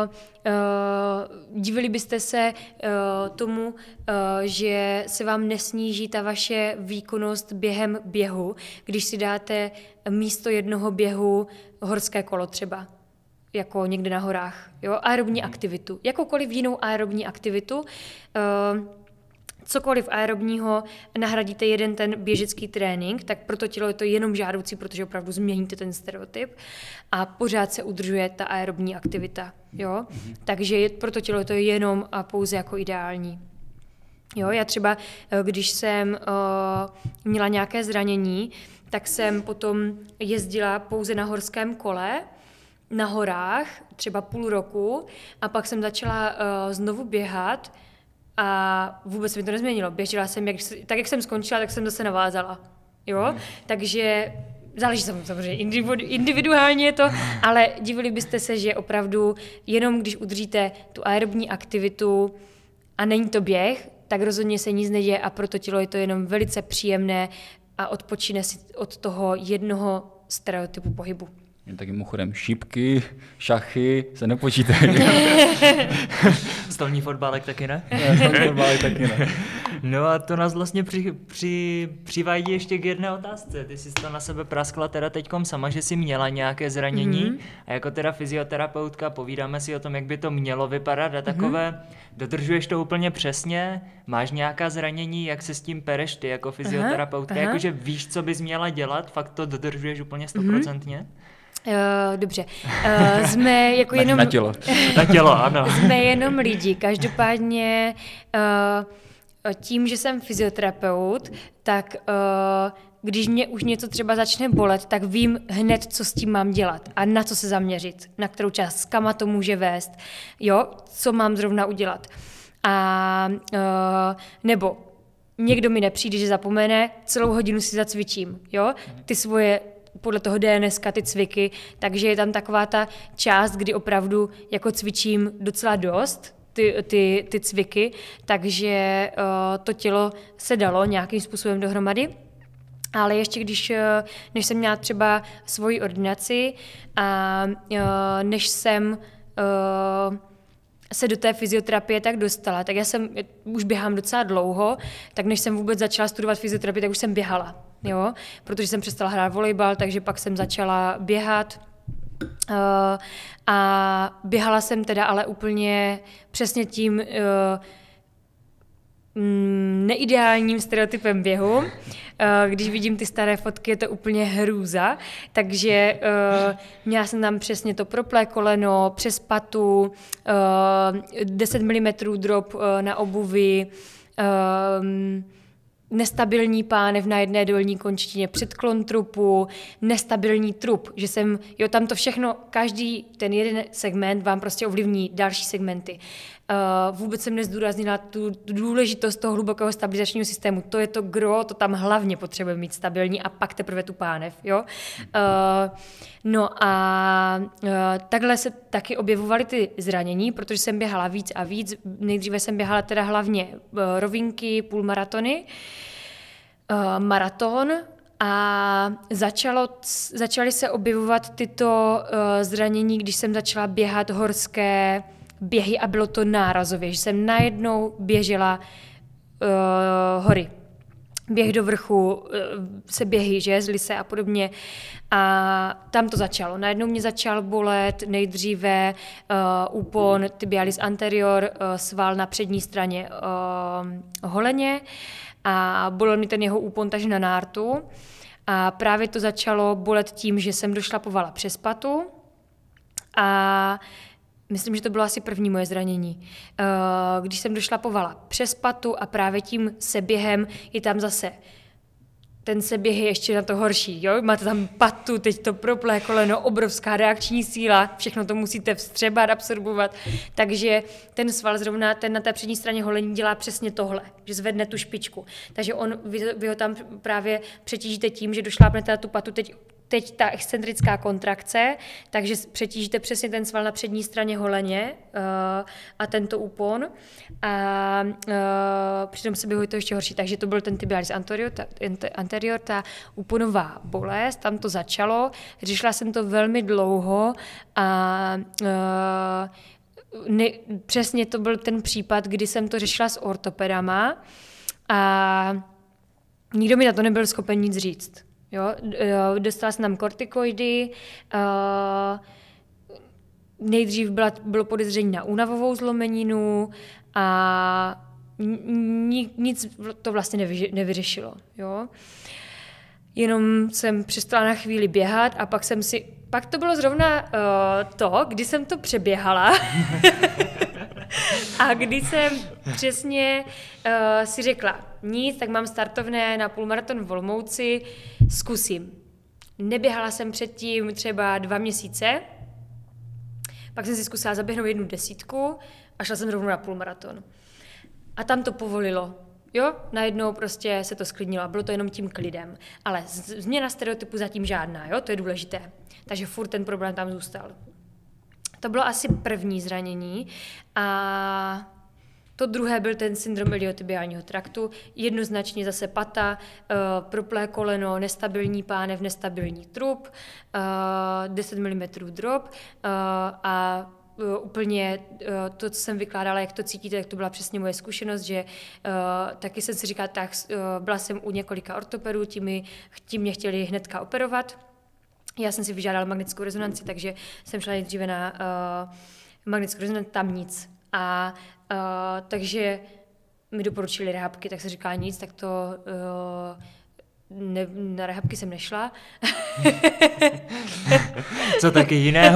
divili byste se tomu, že se vám nesníží ta vaše výkonnost během běhu, když si dáte místo jednoho běhu horské kolo třeba. jako někde na horách, jo, aerobní aktivitu, jakoukoliv jinou aerobní aktivitu, cokoliv aerobního nahradíte jeden ten běžecký trénink, tak pro to tělo je to jenom žádoucí, protože opravdu změníte ten stereotyp a pořád se udržuje ta aerobní aktivita, jo, takže pro to tělo je to jenom a pouze jako ideální. Jo, já třeba, když jsem měla nějaké zranění, tak jsem potom jezdila pouze na horském kole, na horách, třeba půl roku, a pak jsem začala znovu běhat a vůbec mi to nezměnilo. Běžela jsem, tak jak jsem skončila, tak jsem zase navázala. Jo? Takže záleží samozřejmě individuálně je to, ale divili byste se, že opravdu jenom když udržíte tu aerobní aktivitu a není to běh, tak rozhodně se nic neděje a pro to tělo je to jenom velice příjemné a odpočine si od toho jednoho stereotypu pohybu. Tak mimochodem šípky, šachy se nepočítají. Stolní fotbalek taky ne? Stolní fotbalek taky ne. No a to nás vlastně přivádí ještě k jedné otázce. Ty jsi to na sebe praskla teda teďkom sama, že jsi měla nějaké zranění a jako teda fyzioterapeutka povídáme si o tom, jak by to mělo vypadat a takové. Dodržuješ to úplně přesně? Máš nějaká zranění? Jak se s tím pereš ty jako fyzioterapeutka? Jakože víš, co bys měla dělat? Fakt to dodržuješ úplně 100%? Dobře. Jsme jako jenom... Na tělo. Na tělo, ano. Jsme jenom lidi. Každopádně tím, že jsem fyzioterapeut, tak když mě už něco třeba začne bolet, tak vím hned, co s tím mám dělat a na co se zaměřit, na kterou část, kam to může vést, jo, co mám zrovna udělat. A nebo někdo mi nepřijde, že zapomene, celou hodinu si zacvičím, jo, ty svoje podle toho DNSka ty cviky, takže je tam taková ta část, kdy opravdu jako cvičím docela dost, ty cviky, takže to tělo se dalo nějakým způsobem dohromady. Ale ještě než jsem měla třeba svoji ordinaci a než jsem se do té fyzioterapie tak dostala, tak já už běhám docela dlouho, tak než jsem vůbec začala studovat fyzioterapii, tak už jsem běhala, jo, protože jsem přestala hrát volejbal, takže pak jsem začala běhat a běhala jsem teda ale úplně přesně tím neideálním stereotypem běhu. Když vidím ty staré fotky, je to úplně hrůza, takže měla jsem tam přesně to proplé koleno, přes patu, 10 mm drop na obuvi, nestabilní pánev na jedné dolní končetině, předklon trupu, nestabilní trup, že jsem, jo, tam to všechno, každý ten jeden segment vám prostě ovlivní další segmenty. Vůbec jsem nezdůraznila tu důležitost toho hlubokého stabilizačního systému. To je to gro, to tam hlavně potřebujeme mít stabilní a pak teprve tu pánev, jo. No a takhle se taky objevovaly ty zranění, protože jsem běhala víc a víc. Nejdříve jsem běhala teda hlavně rovinky, půlmaratony, maraton a začaly se objevovat tyto zranění, když jsem začala běhat horské běhy a bylo to nárazově, že jsem najednou běžela hory. Běh do vrchu, se běhy, že, z Lise a podobně. A tam to začalo. Najednou mě začal bolet nejdříve úpon tibialis anterior, sval na přední straně holeně a bolel mi ten jeho úpon taž na nártu. A právě to začalo bolet tím, že jsem došlapovala přes patu a myslím, že to bylo asi první moje zranění. Když jsem došlapovala přes patu a právě tím seběhem je tam zase ten seběh je ještě na to horší. Jo? Máte tam patu, teď to proplé koleno, obrovská reakční síla, všechno to musíte vstřebat, absorbovat. Takže ten sval zrovna, ten na té přední straně holení dělá přesně tohle, že zvedne tu špičku. Takže vy ho tam právě přetížíte tím, že došlápnete na tu patu, teď ta excentrická kontrakce, takže přetížíte přesně ten sval na přední straně holeně a tento úpon. A při tom seběhu je to ještě horší. Takže to byl ten tibialis anterior, ta úponová bolest, tam to začalo. Řešila jsem to velmi dlouho a přesně to byl ten případ, kdy jsem to řešila s ortopedama a nikdo mi na to nebyl schopen nic říct. Jo, dostala jsem tam kortikoidy, nejdřív bylo podezření na únavovou zlomeninu a nic to vlastně nevyřešilo. Jo? Jenom jsem přestala na chvíli běhat a pak to bylo zrovna kdy jsem to přeběhala a když jsem přesně si řekla, nic, tak mám startovné na půlmaraton v Olomouci, zkusím. Neběhala jsem předtím třeba 2 měsíce, pak jsem si zkusila zaběhnout 1 desítku a šla jsem rovnou na půlmaraton. A tam to povolilo. Jo, najednou prostě se to sklidnilo a bylo to jenom tím klidem. Ale změna stereotypu zatím žádná, jo, to je důležité. Takže furt ten problém tam zůstal. To bylo asi první zranění a to druhé byl ten syndrom iliotibiálního traktu, jednoznačně zase pata, proplé koleno, nestabilní pánev, nestabilní trup, 10 mm drop a úplně to, co jsem vykládala, jak to cítíte, jak to byla přesně moje zkušenost, že taky jsem si říkala, tak byla jsem u několika ortopedů, ti mě chtěli hnedka operovat. Já jsem si vyžádala magnetickou rezonanci, takže jsem šla nejdříve na magnetickou rezonanci, tam nic. A takže mi doporučili rehabky, tak se říká nic, tak to na rehabky jsem nešla. Co taky jiného?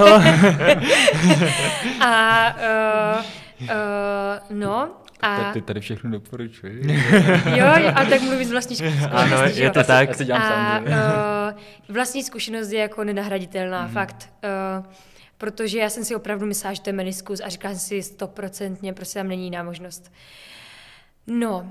Tak ty tady všechno doporučuji. Jo, a tak mluvím z vlastní zkušenosti. Ano, je to tak. Vlastní zkušenost je jako nenahraditelná, fakt. Protože já jsem si opravdu myslela, že to je meniskus a říkala jsem si 100%, prostě tam není jiná možnost. No,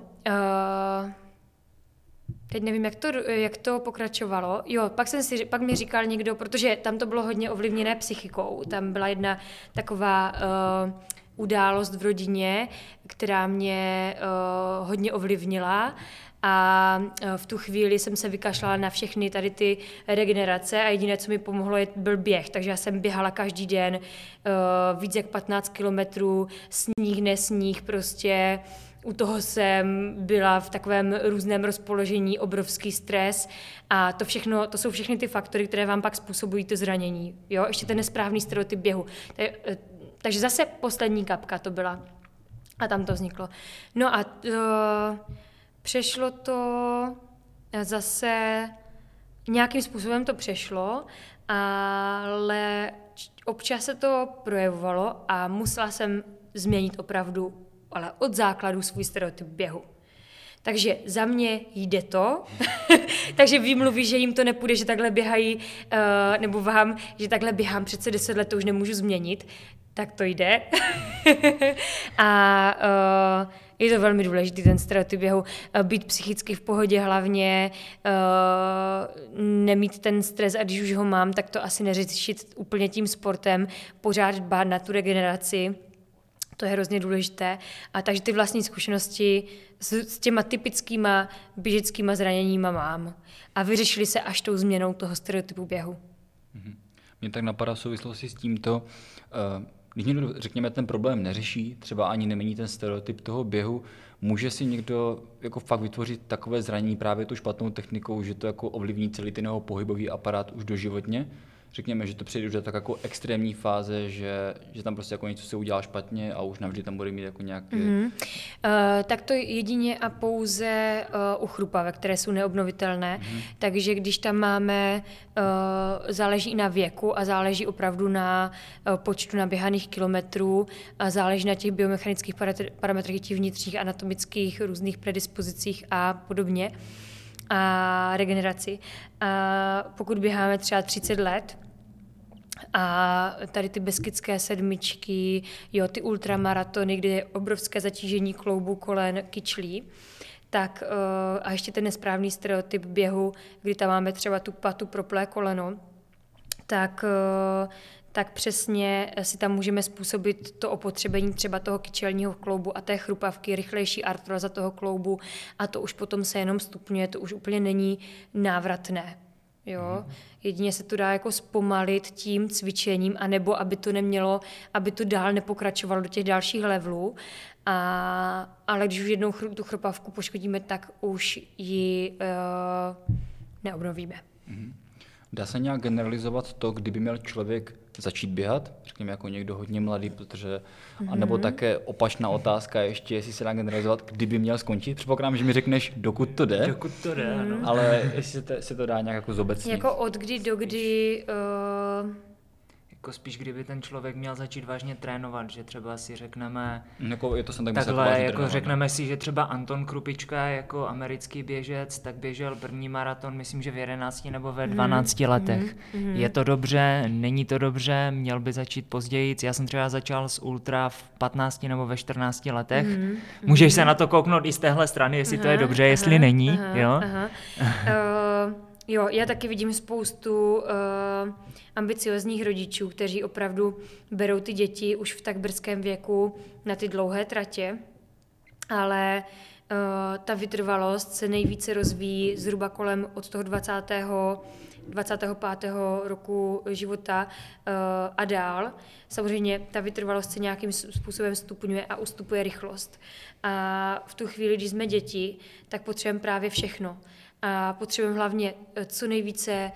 teď nevím, jak to pokračovalo. Jo, pak mi říkal někdo, protože tam to bylo hodně ovlivněné psychikou. Tam byla jedna taková událost v rodině, která mě hodně ovlivnila. A v tu chvíli jsem se vykašlala na všechny tady ty regenerace a jediné, co mi pomohlo, byl běh. Takže já jsem běhala každý den víc jak 15 kilometrů, sníh, nesníh, prostě u toho jsem byla v takovém různém rozpoložení, obrovský stres a to jsou všechny ty faktory, které vám pak způsobují to zranění. Jo? Ještě ten nesprávný stereotyp běhu. Takže zase poslední kapka to byla a tam to vzniklo. No a přešlo to zase, nějakým způsobem to přešlo, ale občas se to projevovalo a musela jsem změnit opravdu, ale od základu svůj stereotyp běhu. Takže za mě jde to, takže výmluvy, že jim to nepůjde, že takhle běhají, nebo vám, že takhle běhám přece 10 let, to už nemůžu změnit, tak to jde. A je to velmi důležitý, ten stereotyp běhu, být psychicky v pohodě hlavně, nemít ten stres a když už ho mám, tak to asi neřešit úplně tím sportem, pořád dbát na tu regeneraci, to je hrozně důležité. A takže ty vlastní zkušenosti s těma typickýma běžeckýma zraněníma mám. A vyřešili se až tou změnou toho stereotypu běhu. Mě tak napadá v souvislosti s tímto, když někdo, řekněme, ten problém neřeší, třeba ani nemění ten stereotyp toho běhu, může si někdo jako fakt vytvořit takové zranění právě tu špatnou technikou, že to jako ovlivní celý ten jeho pohybový aparát už doživotně? Řekněme, že to přijde už do tak jako extrémní fáze, že tam prostě jako něco se udělá špatně a už navždy tam bude mít jako nějaké... Tak to jedině a pouze u chrupavek, které jsou neobnovitelné. Takže když tam máme, záleží i na věku a záleží opravdu na počtu naběhaných kilometrů a záleží na těch biomechanických parametrech, těch vnitřních anatomických různých predispozicích a podobně a regeneraci. A pokud běháme třeba 30 let, a tady ty beskydské sedmičky, jo, ty ultramaratony, kde je obrovské zatížení kloubů, kolen, kyčlí, tak a ještě ten nesprávný stereotyp běhu, kdy tam máme třeba tu patu, proplé koleno, tak přesně si tam můžeme způsobit to opotřebení třeba toho kyčelního kloubu a té chrupavky, rychlejší artroza toho kloubu a to už potom se jenom stupňuje, to už úplně není návratné. Jo? Jedině se to dá jako zpomalit tím cvičením, anebo aby to dál nepokračovalo do těch dalších levelů. Ale když už jednou tu chrupavku poškodíme, tak už ji neobnovíme. Dá se nějak generalizovat to, kdyby měl člověk začít běhat, řekněme jako někdo hodně mladý, protože, anebo také opačná otázka ještě, jestli se dá generalizovat, kdyby měl skončit. Předpokládám, že mi řekneš, dokud to jde. Dokud to jde, ano. Ale jestli se to dá nějak jako zobecnit. Jako od kdy do kdy... Jako spíš, kdyby ten člověk měl začít vážně trénovat, že třeba si řekneme... Jako je to jsem tak takhle, jako řekneme si, že třeba Anton Krupička jako americký běžec, tak běžel první maraton, myslím, že v 11 nebo ve 12 letech. Je to dobře, není to dobře, měl by začít později. Já jsem třeba začal s ultra v 15 nebo ve 14 letech. Můžeš se na to kouknout i z téhle strany, jestli to je dobře, jestli není. Jo? Jo, já taky vidím spoustu ambiciozních rodičů, kteří opravdu berou ty děti už v tak brzkém věku na ty dlouhé tratě, ale ta vytrvalost se nejvíce rozvíjí zhruba kolem od toho 25. roku života a dál. Samozřejmě ta vytrvalost se nějakým způsobem stupňuje a ustupuje rychlost. A v tu chvíli, když jsme děti, tak potřebujeme právě všechno. A potřebujeme hlavně co nejvíce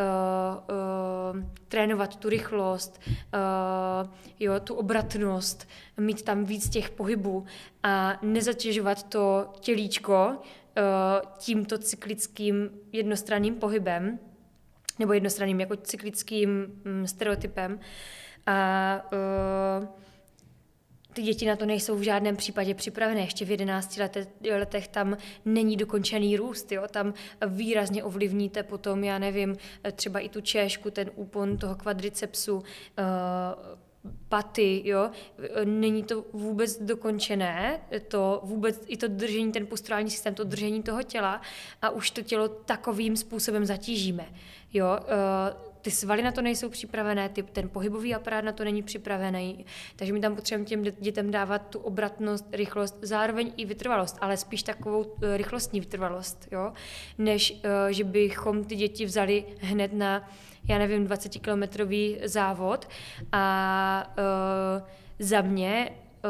trénovat tu rychlost, tu obratnost, mít tam víc těch pohybů a nezatěžovat to tělíčko tímto cyklickým jednostranným pohybem, nebo jednostranným jako cyklickým stereotypem. A ty děti na to nejsou v žádném případě připravené. Ještě v 11 letech tam není dokončený růst. Jo? Tam výrazně ovlivníte potom, já nevím, třeba i tu čéšku, ten úpon toho kvadricepsu, paty, jo? Není to vůbec dokončené, i to držení, ten posturální systém, to držení toho těla a už to tělo takovým způsobem zatížíme. Jo? Ty svaly na to nejsou připravené, ten pohybový aparát na to není připravený, takže my tam potřebujeme těm dětem dávat tu obratnost, rychlost, zároveň i vytrvalost, ale spíš takovou rychlostní vytrvalost, jo? Než že bychom ty děti vzali hned na, já nevím, 20-kilometrový závod a za mě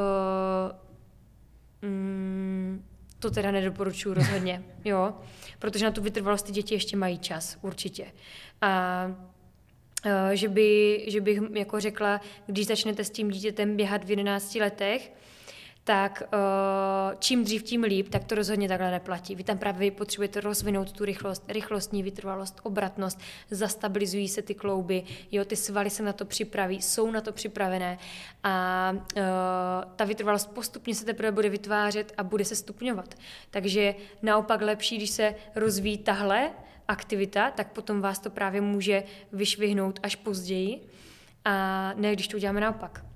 to teda nedoporučuji rozhodně, jo? Protože na tu vytrvalost ty děti ještě mají čas, určitě. A že bych jako řekla, když začnete s tím dítětem běhat v 11 letech, tak čím dřív, tím líp, tak to rozhodně takhle neplatí. Vy tam právě potřebujete rozvinout tu rychlostní vytrvalost, obratnost, zastabilizují se ty klouby, jo, ty svaly se na to připraví, jsou na to připravené a ta vytrvalost postupně se teprve bude vytvářet a bude se stupňovat. Takže naopak lepší, když se rozvíjí tahle aktivita, tak potom vás to právě může vyšvihnout až později a ne, když to uděláme naopak.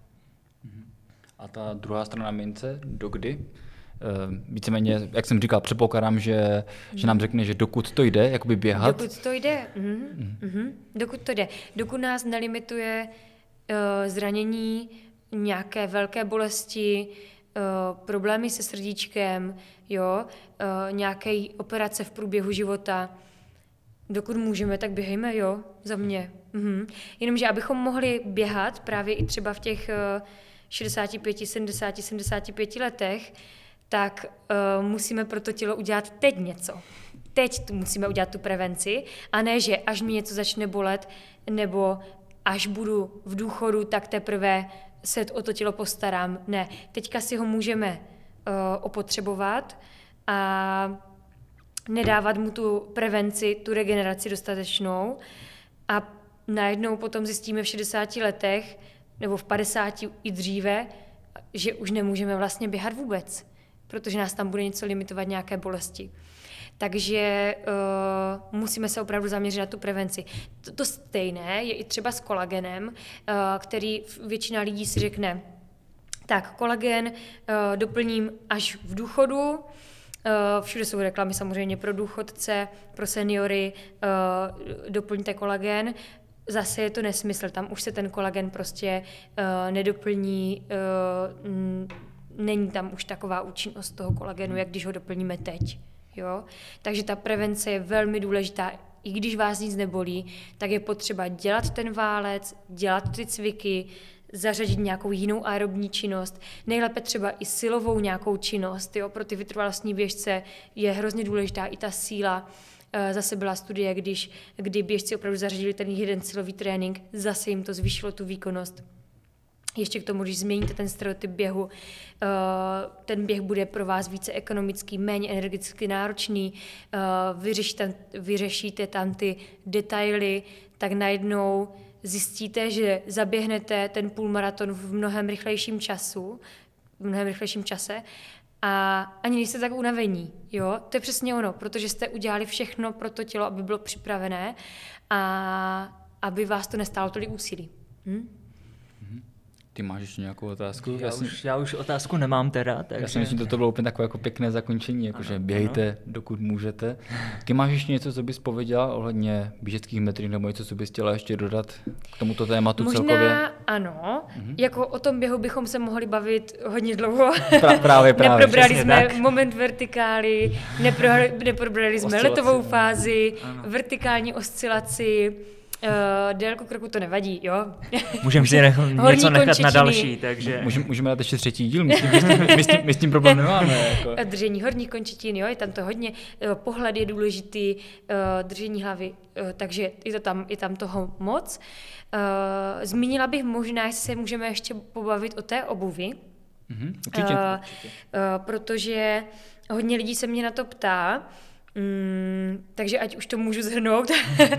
A ta druhá strana mince, dokdy? Víceméně, jak jsem říkal, předpokládám, že nám řekne, že dokud to jde, jakoby běhat. Dokud to jde. Dokud to jde. Dokud nás nelimituje zranění, nějaké velké bolesti, problémy se srdíčkem, jo, nějaké operace v průběhu života. Dokud můžeme, tak běhejme, jo, za mě. Jenomže abychom mohli běhat právě i třeba v těch 65, 70, 75 letech, tak musíme pro to tělo udělat teď něco. Teď musíme udělat tu prevenci a ne, že až mi něco začne bolet, nebo až budu v důchodu, tak teprve se o to tělo postarám. Ne, teďka si ho můžeme opotřebovat a nedávat mu tu prevenci, tu regeneraci dostatečnou a najednou potom zjistíme v 60 letech nebo v 50 i dříve, že už nemůžeme vlastně běhat vůbec, protože nás tam bude něco limitovat, nějaké bolesti. Takže musíme se opravdu zaměřit na tu prevenci. To stejné je i třeba s kolagenem, který většina lidí si řekne, tak kolagen doplním až v důchodu. Všude jsou reklamy samozřejmě pro důchodce, pro seniory, doplňte kolagen. Zase je to nesmysl, tam už se ten kolagen prostě nedoplní, není tam už taková účinnost toho kolagenu, jak když ho doplníme teď. Jo? Takže ta prevence je velmi důležitá. I když vás nic nebolí, tak je potřeba dělat ten válec, dělat ty cviky, zařadit nějakou jinou aerobní činnost, nejlépe třeba i silovou nějakou činnost. Jo? Pro ty vytrvalostní běžce je hrozně důležitá i ta síla, zase byla studie, kdy běžci opravdu zařadili ten jeden silový trénink, zase jim to zvýšilo tu výkonnost. Ještě k tomu, když změníte ten stereotyp běhu, ten běh bude pro vás více ekonomický, méně energeticky náročný, vyřešíte tam ty detaily, tak najednou zjistíte, že zaběhnete ten půlmaraton v mnohem rychlejším čase a ani nejste tak unavení. Jo? To je přesně ono, protože jste udělali všechno pro to tělo, aby bylo připravené a aby vás to nestálo tolik úsilí. Ty máš ještě nějakou otázku? Já už otázku nemám teda. Takže... Já si myslím, že to bylo úplně takové jako pěkné zakončení, jakože běhejte, dokud můžete. Ty máš ještě něco, co bys pověděla ohledně běžeckých metrik, nebo něco, co bys chtěla ještě dodat k tomuto tématu možná celkově? Možná ano. Jako o tom běhu bychom se mohli bavit hodně dlouho. Právě. Neprobrali jsme moment vertikály, neprobrali jsme letovou fázi, vertikální oscilaci, délku kroku to nevadí, jo? Můžeme si něco nechat na další, takže... Můžeme dát ještě třetí díl, my s tím problém nemáme. Jako. Držení horních končetin, jo, je tam to hodně, pohled je důležitý, držení hlavy, takže je tam toho moc. Zmínila bych možná, jestli se můžeme ještě pobavit o té obuvi. Určitě. Protože hodně lidí se mě na to ptá, takže ať už to můžu shrnout.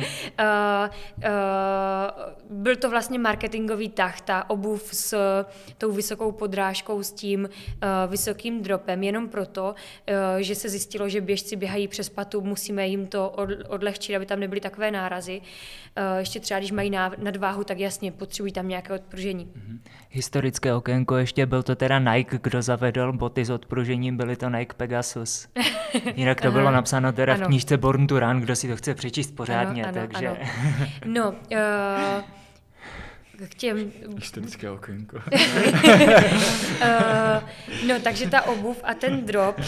Byl to vlastně marketingový tah, ta obuv s tou vysokou podrážkou, s tím vysokým dropem, jenom proto, že se zjistilo, že běžci běhají přes patu, musíme jim to odlehčit, aby tam nebyly takové nárazy. Ještě třeba, když mají nadváhu, tak jasně, potřebují tam nějaké odpružení. Historické okénko ještě, byl to teda Nike, kdo zavedl boty s odpružením, byly to Nike Pegasus. Jinak to bylo napsáno teda v knížce Born to Run, kdo si to chce přečíst pořádně, takže... Ano. No, k těm... Historické okénko. No, takže ta obuv a ten drop...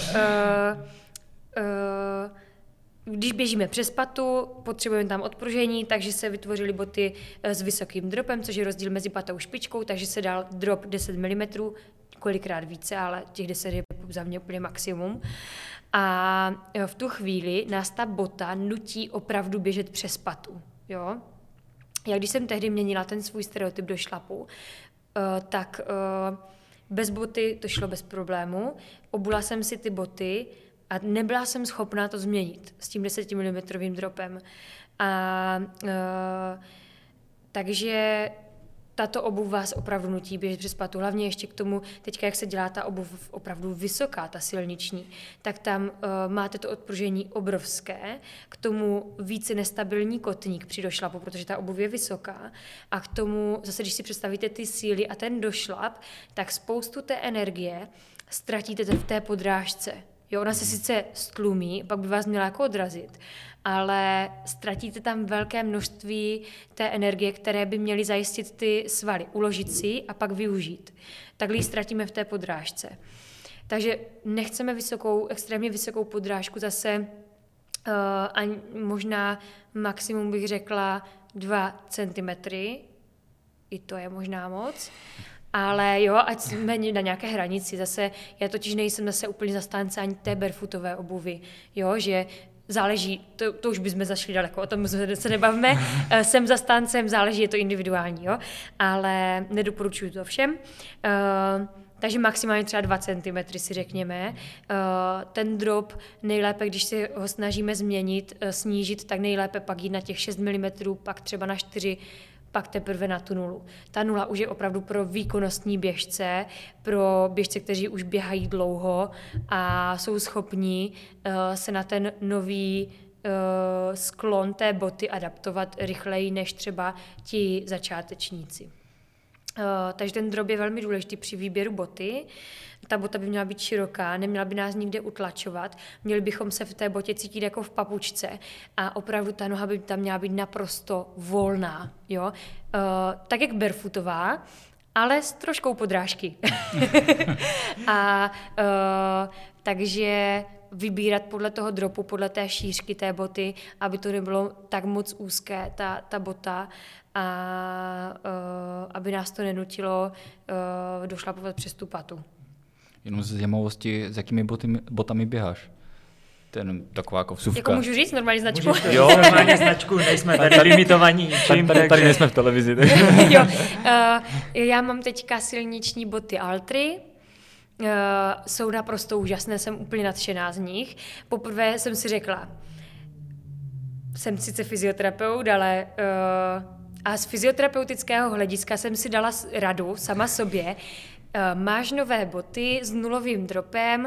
Když běžíme přes patu, potřebujeme tam odpružení, takže se vytvořily boty s vysokým dropem, což je rozdíl mezi patou a špičkou, takže se dal drop 10 mm, kolikrát více, ale těch 10 je za mě úplně maximum. A v tu chvíli nás ta bota nutí opravdu běžet přes patu. Jo? Já když jsem tehdy měnila ten svůj stereotyp do šlapu, tak bez boty to šlo bez problému. Obula jsem si ty boty a nebyla jsem schopná to změnit s tím 10 mm dropem. Takže tato obuv vás opravdu nutí běžet přes patu. Hlavně ještě k tomu, teďka jak se dělá ta obuv opravdu vysoká, ta silniční, tak tam máte to odpružení obrovské, k tomu více nestabilní kotník při došlapu, protože ta obuv je vysoká. A k tomu, zase když si představíte ty síly a ten došlap, tak spoustu té energie ztratíte v té podrážce. Jo, ona se sice stlumí, pak by vás měla jako odrazit, ale ztratíte tam velké množství té energie, které by měly zajistit ty svaly, uložit si a pak využít. Takhle ji ztratíme v té podrážce. Takže nechceme extrémně vysokou podrážku, zase možná maximum bych řekla 2 cm, i to je možná moc. Ale jo, ať jsme na nějaké hranici. Zase, já totiž nejsem zase úplně zastánce ani té barefootové obuvy, jo, že záleží, to už bychom zašli daleko, o tom se nebavíme, jsem zastáncem, záleží, je to individuální, jo, ale nedoporučuji to všem. Takže maximálně třeba 2 cm si řekněme. Ten drop nejlépe, když se ho snažíme snížit, tak nejlépe pak jít na těch 6 mm, pak třeba na 4, pak teprve na tu 0. Ta 0 už je opravdu pro výkonnostní běžce, pro běžce, kteří už běhají dlouho a jsou schopní se na ten nový sklon té boty adaptovat rychleji než třeba ti začátečníci. Takže ten drop je velmi důležitý při výběru boty. Ta bota by měla být široká, neměla by nás nikde utlačovat, měli bychom se v té botě cítit jako v papučce a opravdu ta noha by tam měla být naprosto volná. Jo? Tak jak barefootová, ale s troškou podrážky. Takže vybírat podle toho dropu, podle té šířky té boty, aby to nebylo tak moc úzké, ta bota, a aby nás to nenutilo došlapovat přes tu patu. Jenom ze zajímavosti, s jakými botami běháš? taková jako vsuvka. Jako můžu říct normální značku? Můžeš to říct normálně značku, nejsme tady limitovaní ničím. Tady nejsme v televizi. Jo, já mám teďka silniční boty Altry. Jsou naprosto úžasné, jsem úplně nadšená z nich. Poprvé jsem si řekla, jsem sice fyzioterapeut, ale a z fyzioterapeutického hlediska jsem si dala radu sama sobě. Máš nové boty s nulovým dropem,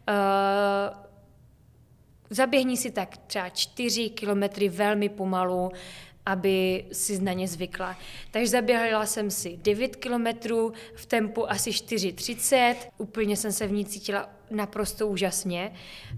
zaběhni si tak třeba 4 kilometry velmi pomalu, aby si na ně zvykla. Takže zaběhla jsem si 9 kilometrů v tempu asi 4:30. Úplně jsem se v ní cítila naprosto úžasně.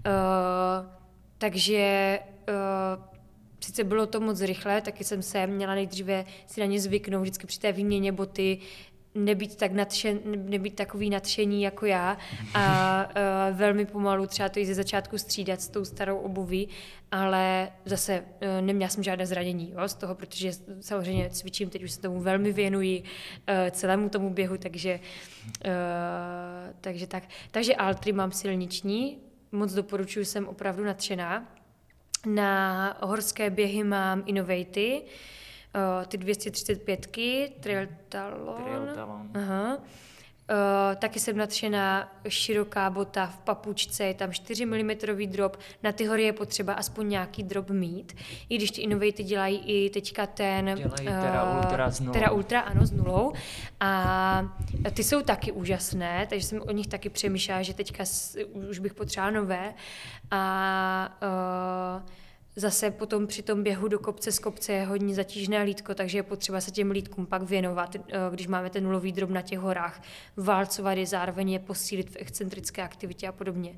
Takže sice bylo to moc rychle, taky jsem se měla nejdříve si na ně zvyknout, vždycky při té výměně boty, nebýt takový nadšení jako já a velmi pomalu třeba to i ze začátku střídat s tou starou obuví, ale zase neměla jsem žádné zranění z toho, protože samozřejmě cvičím, teď už se tomu velmi věnuji celému tomu běhu, takže tak. Takže Altry mám silniční, moc doporučuji, jsem opravdu nadšená. Na horské běhy mám Innovaty, ty 235ky, Trail Talon. Aha. Taky jsem nadšená, široká bota v papučce, je tam 4 mm drop, na ty hory je potřeba aspoň nějaký drop mít, i když ty Innovaty dělají i teďka Terra Ultra, ano, s nulou. A ty jsou taky úžasné, takže jsem o nich taky přemýšlela, že teďka už bych potřebovala nové. A zase potom při tom běhu do kopce z kopce je hodně zatížné lítko, takže je potřeba se těm lítkům pak věnovat, když máme ten nulový drop na těch horách, válcovat je, zároveň je posílit v excentrické aktivitě a podobně.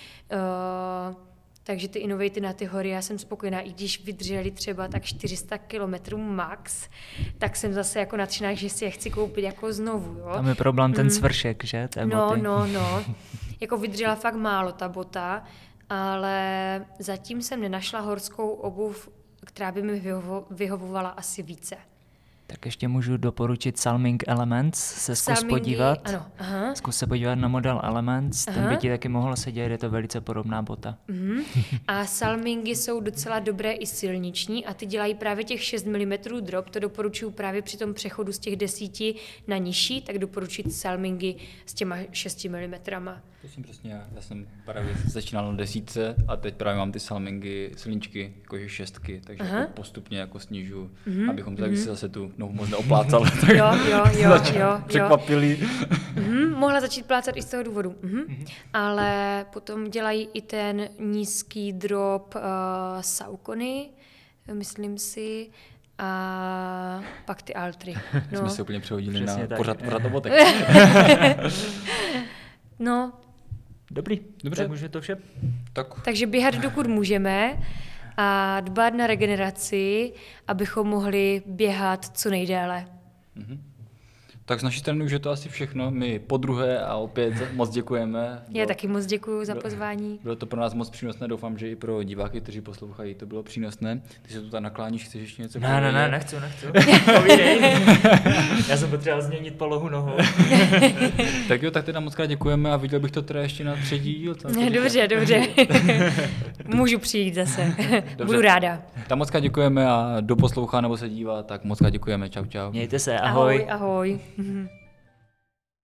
Takže ty Innovaty na ty hory, já jsem spokojená, i když vydrželi třeba tak 400 km max, tak jsem zase jako nadšená, že si je chci koupit jako znovu. Jo? Tam je problém ten svršek, že? No. Jako vydržela fakt málo ta bota, ale zatím jsem nenašla horskou obuv, která by mi vyhovovala asi více. Tak ještě můžu doporučit Salming Elements, zkus podívat. Ano, aha. Zkus se podívat na model Elements, ten by ti taky mohl sedět, je to velice podobná bota. A Salmingy jsou docela dobré i silniční a ty dělají právě těch 6 mm drop, to doporučuji právě při tom přechodu z těch 10 na nižší, tak doporučit Salmingy s těma 6 mm. To jsem přesně já jsem právě začínal na 10 a teď právě mám ty Salmingy silničky, jakože 6, takže jako postupně jako snižu, abychom tak si zase tu nohu moc neoplácal. Jo. Překvapili. Mohla začít plácat i z toho důvodu. Ale potom dělají i ten nízký drop Saucony, myslím si, a pak ty Altry. No. Jsme se úplně přehodili na pořad o botech. No. Dobře. Tak už je to vše. Takže běhat dokud můžeme a dbát na regeneraci, abychom mohli běhat co nejdéle. Tak z naší strany už je to asi všechno. My podruhé a opět moc děkujeme. Já taky moc děkuji za pozvání. Bylo to pro nás moc přínosné, doufám, že i pro diváky, kteří poslouchají, to bylo přínosné. Ty se tu tady nakláníš, chceš ještě něco povědět? Ne, nechci. Povídej. Já jsem potřeboval změnit polohu nohou. Tak jo, tak teda moc krát děkujeme a viděl bych to teda ještě na 3. díl. Dobře. Můžu přijít zase. Budu ráda. Tak moc krát děkujeme a kdo poslouchá nebo se dívá, tak moc krát děkujeme. Čau. Mějte se, ahoj. Ahoj.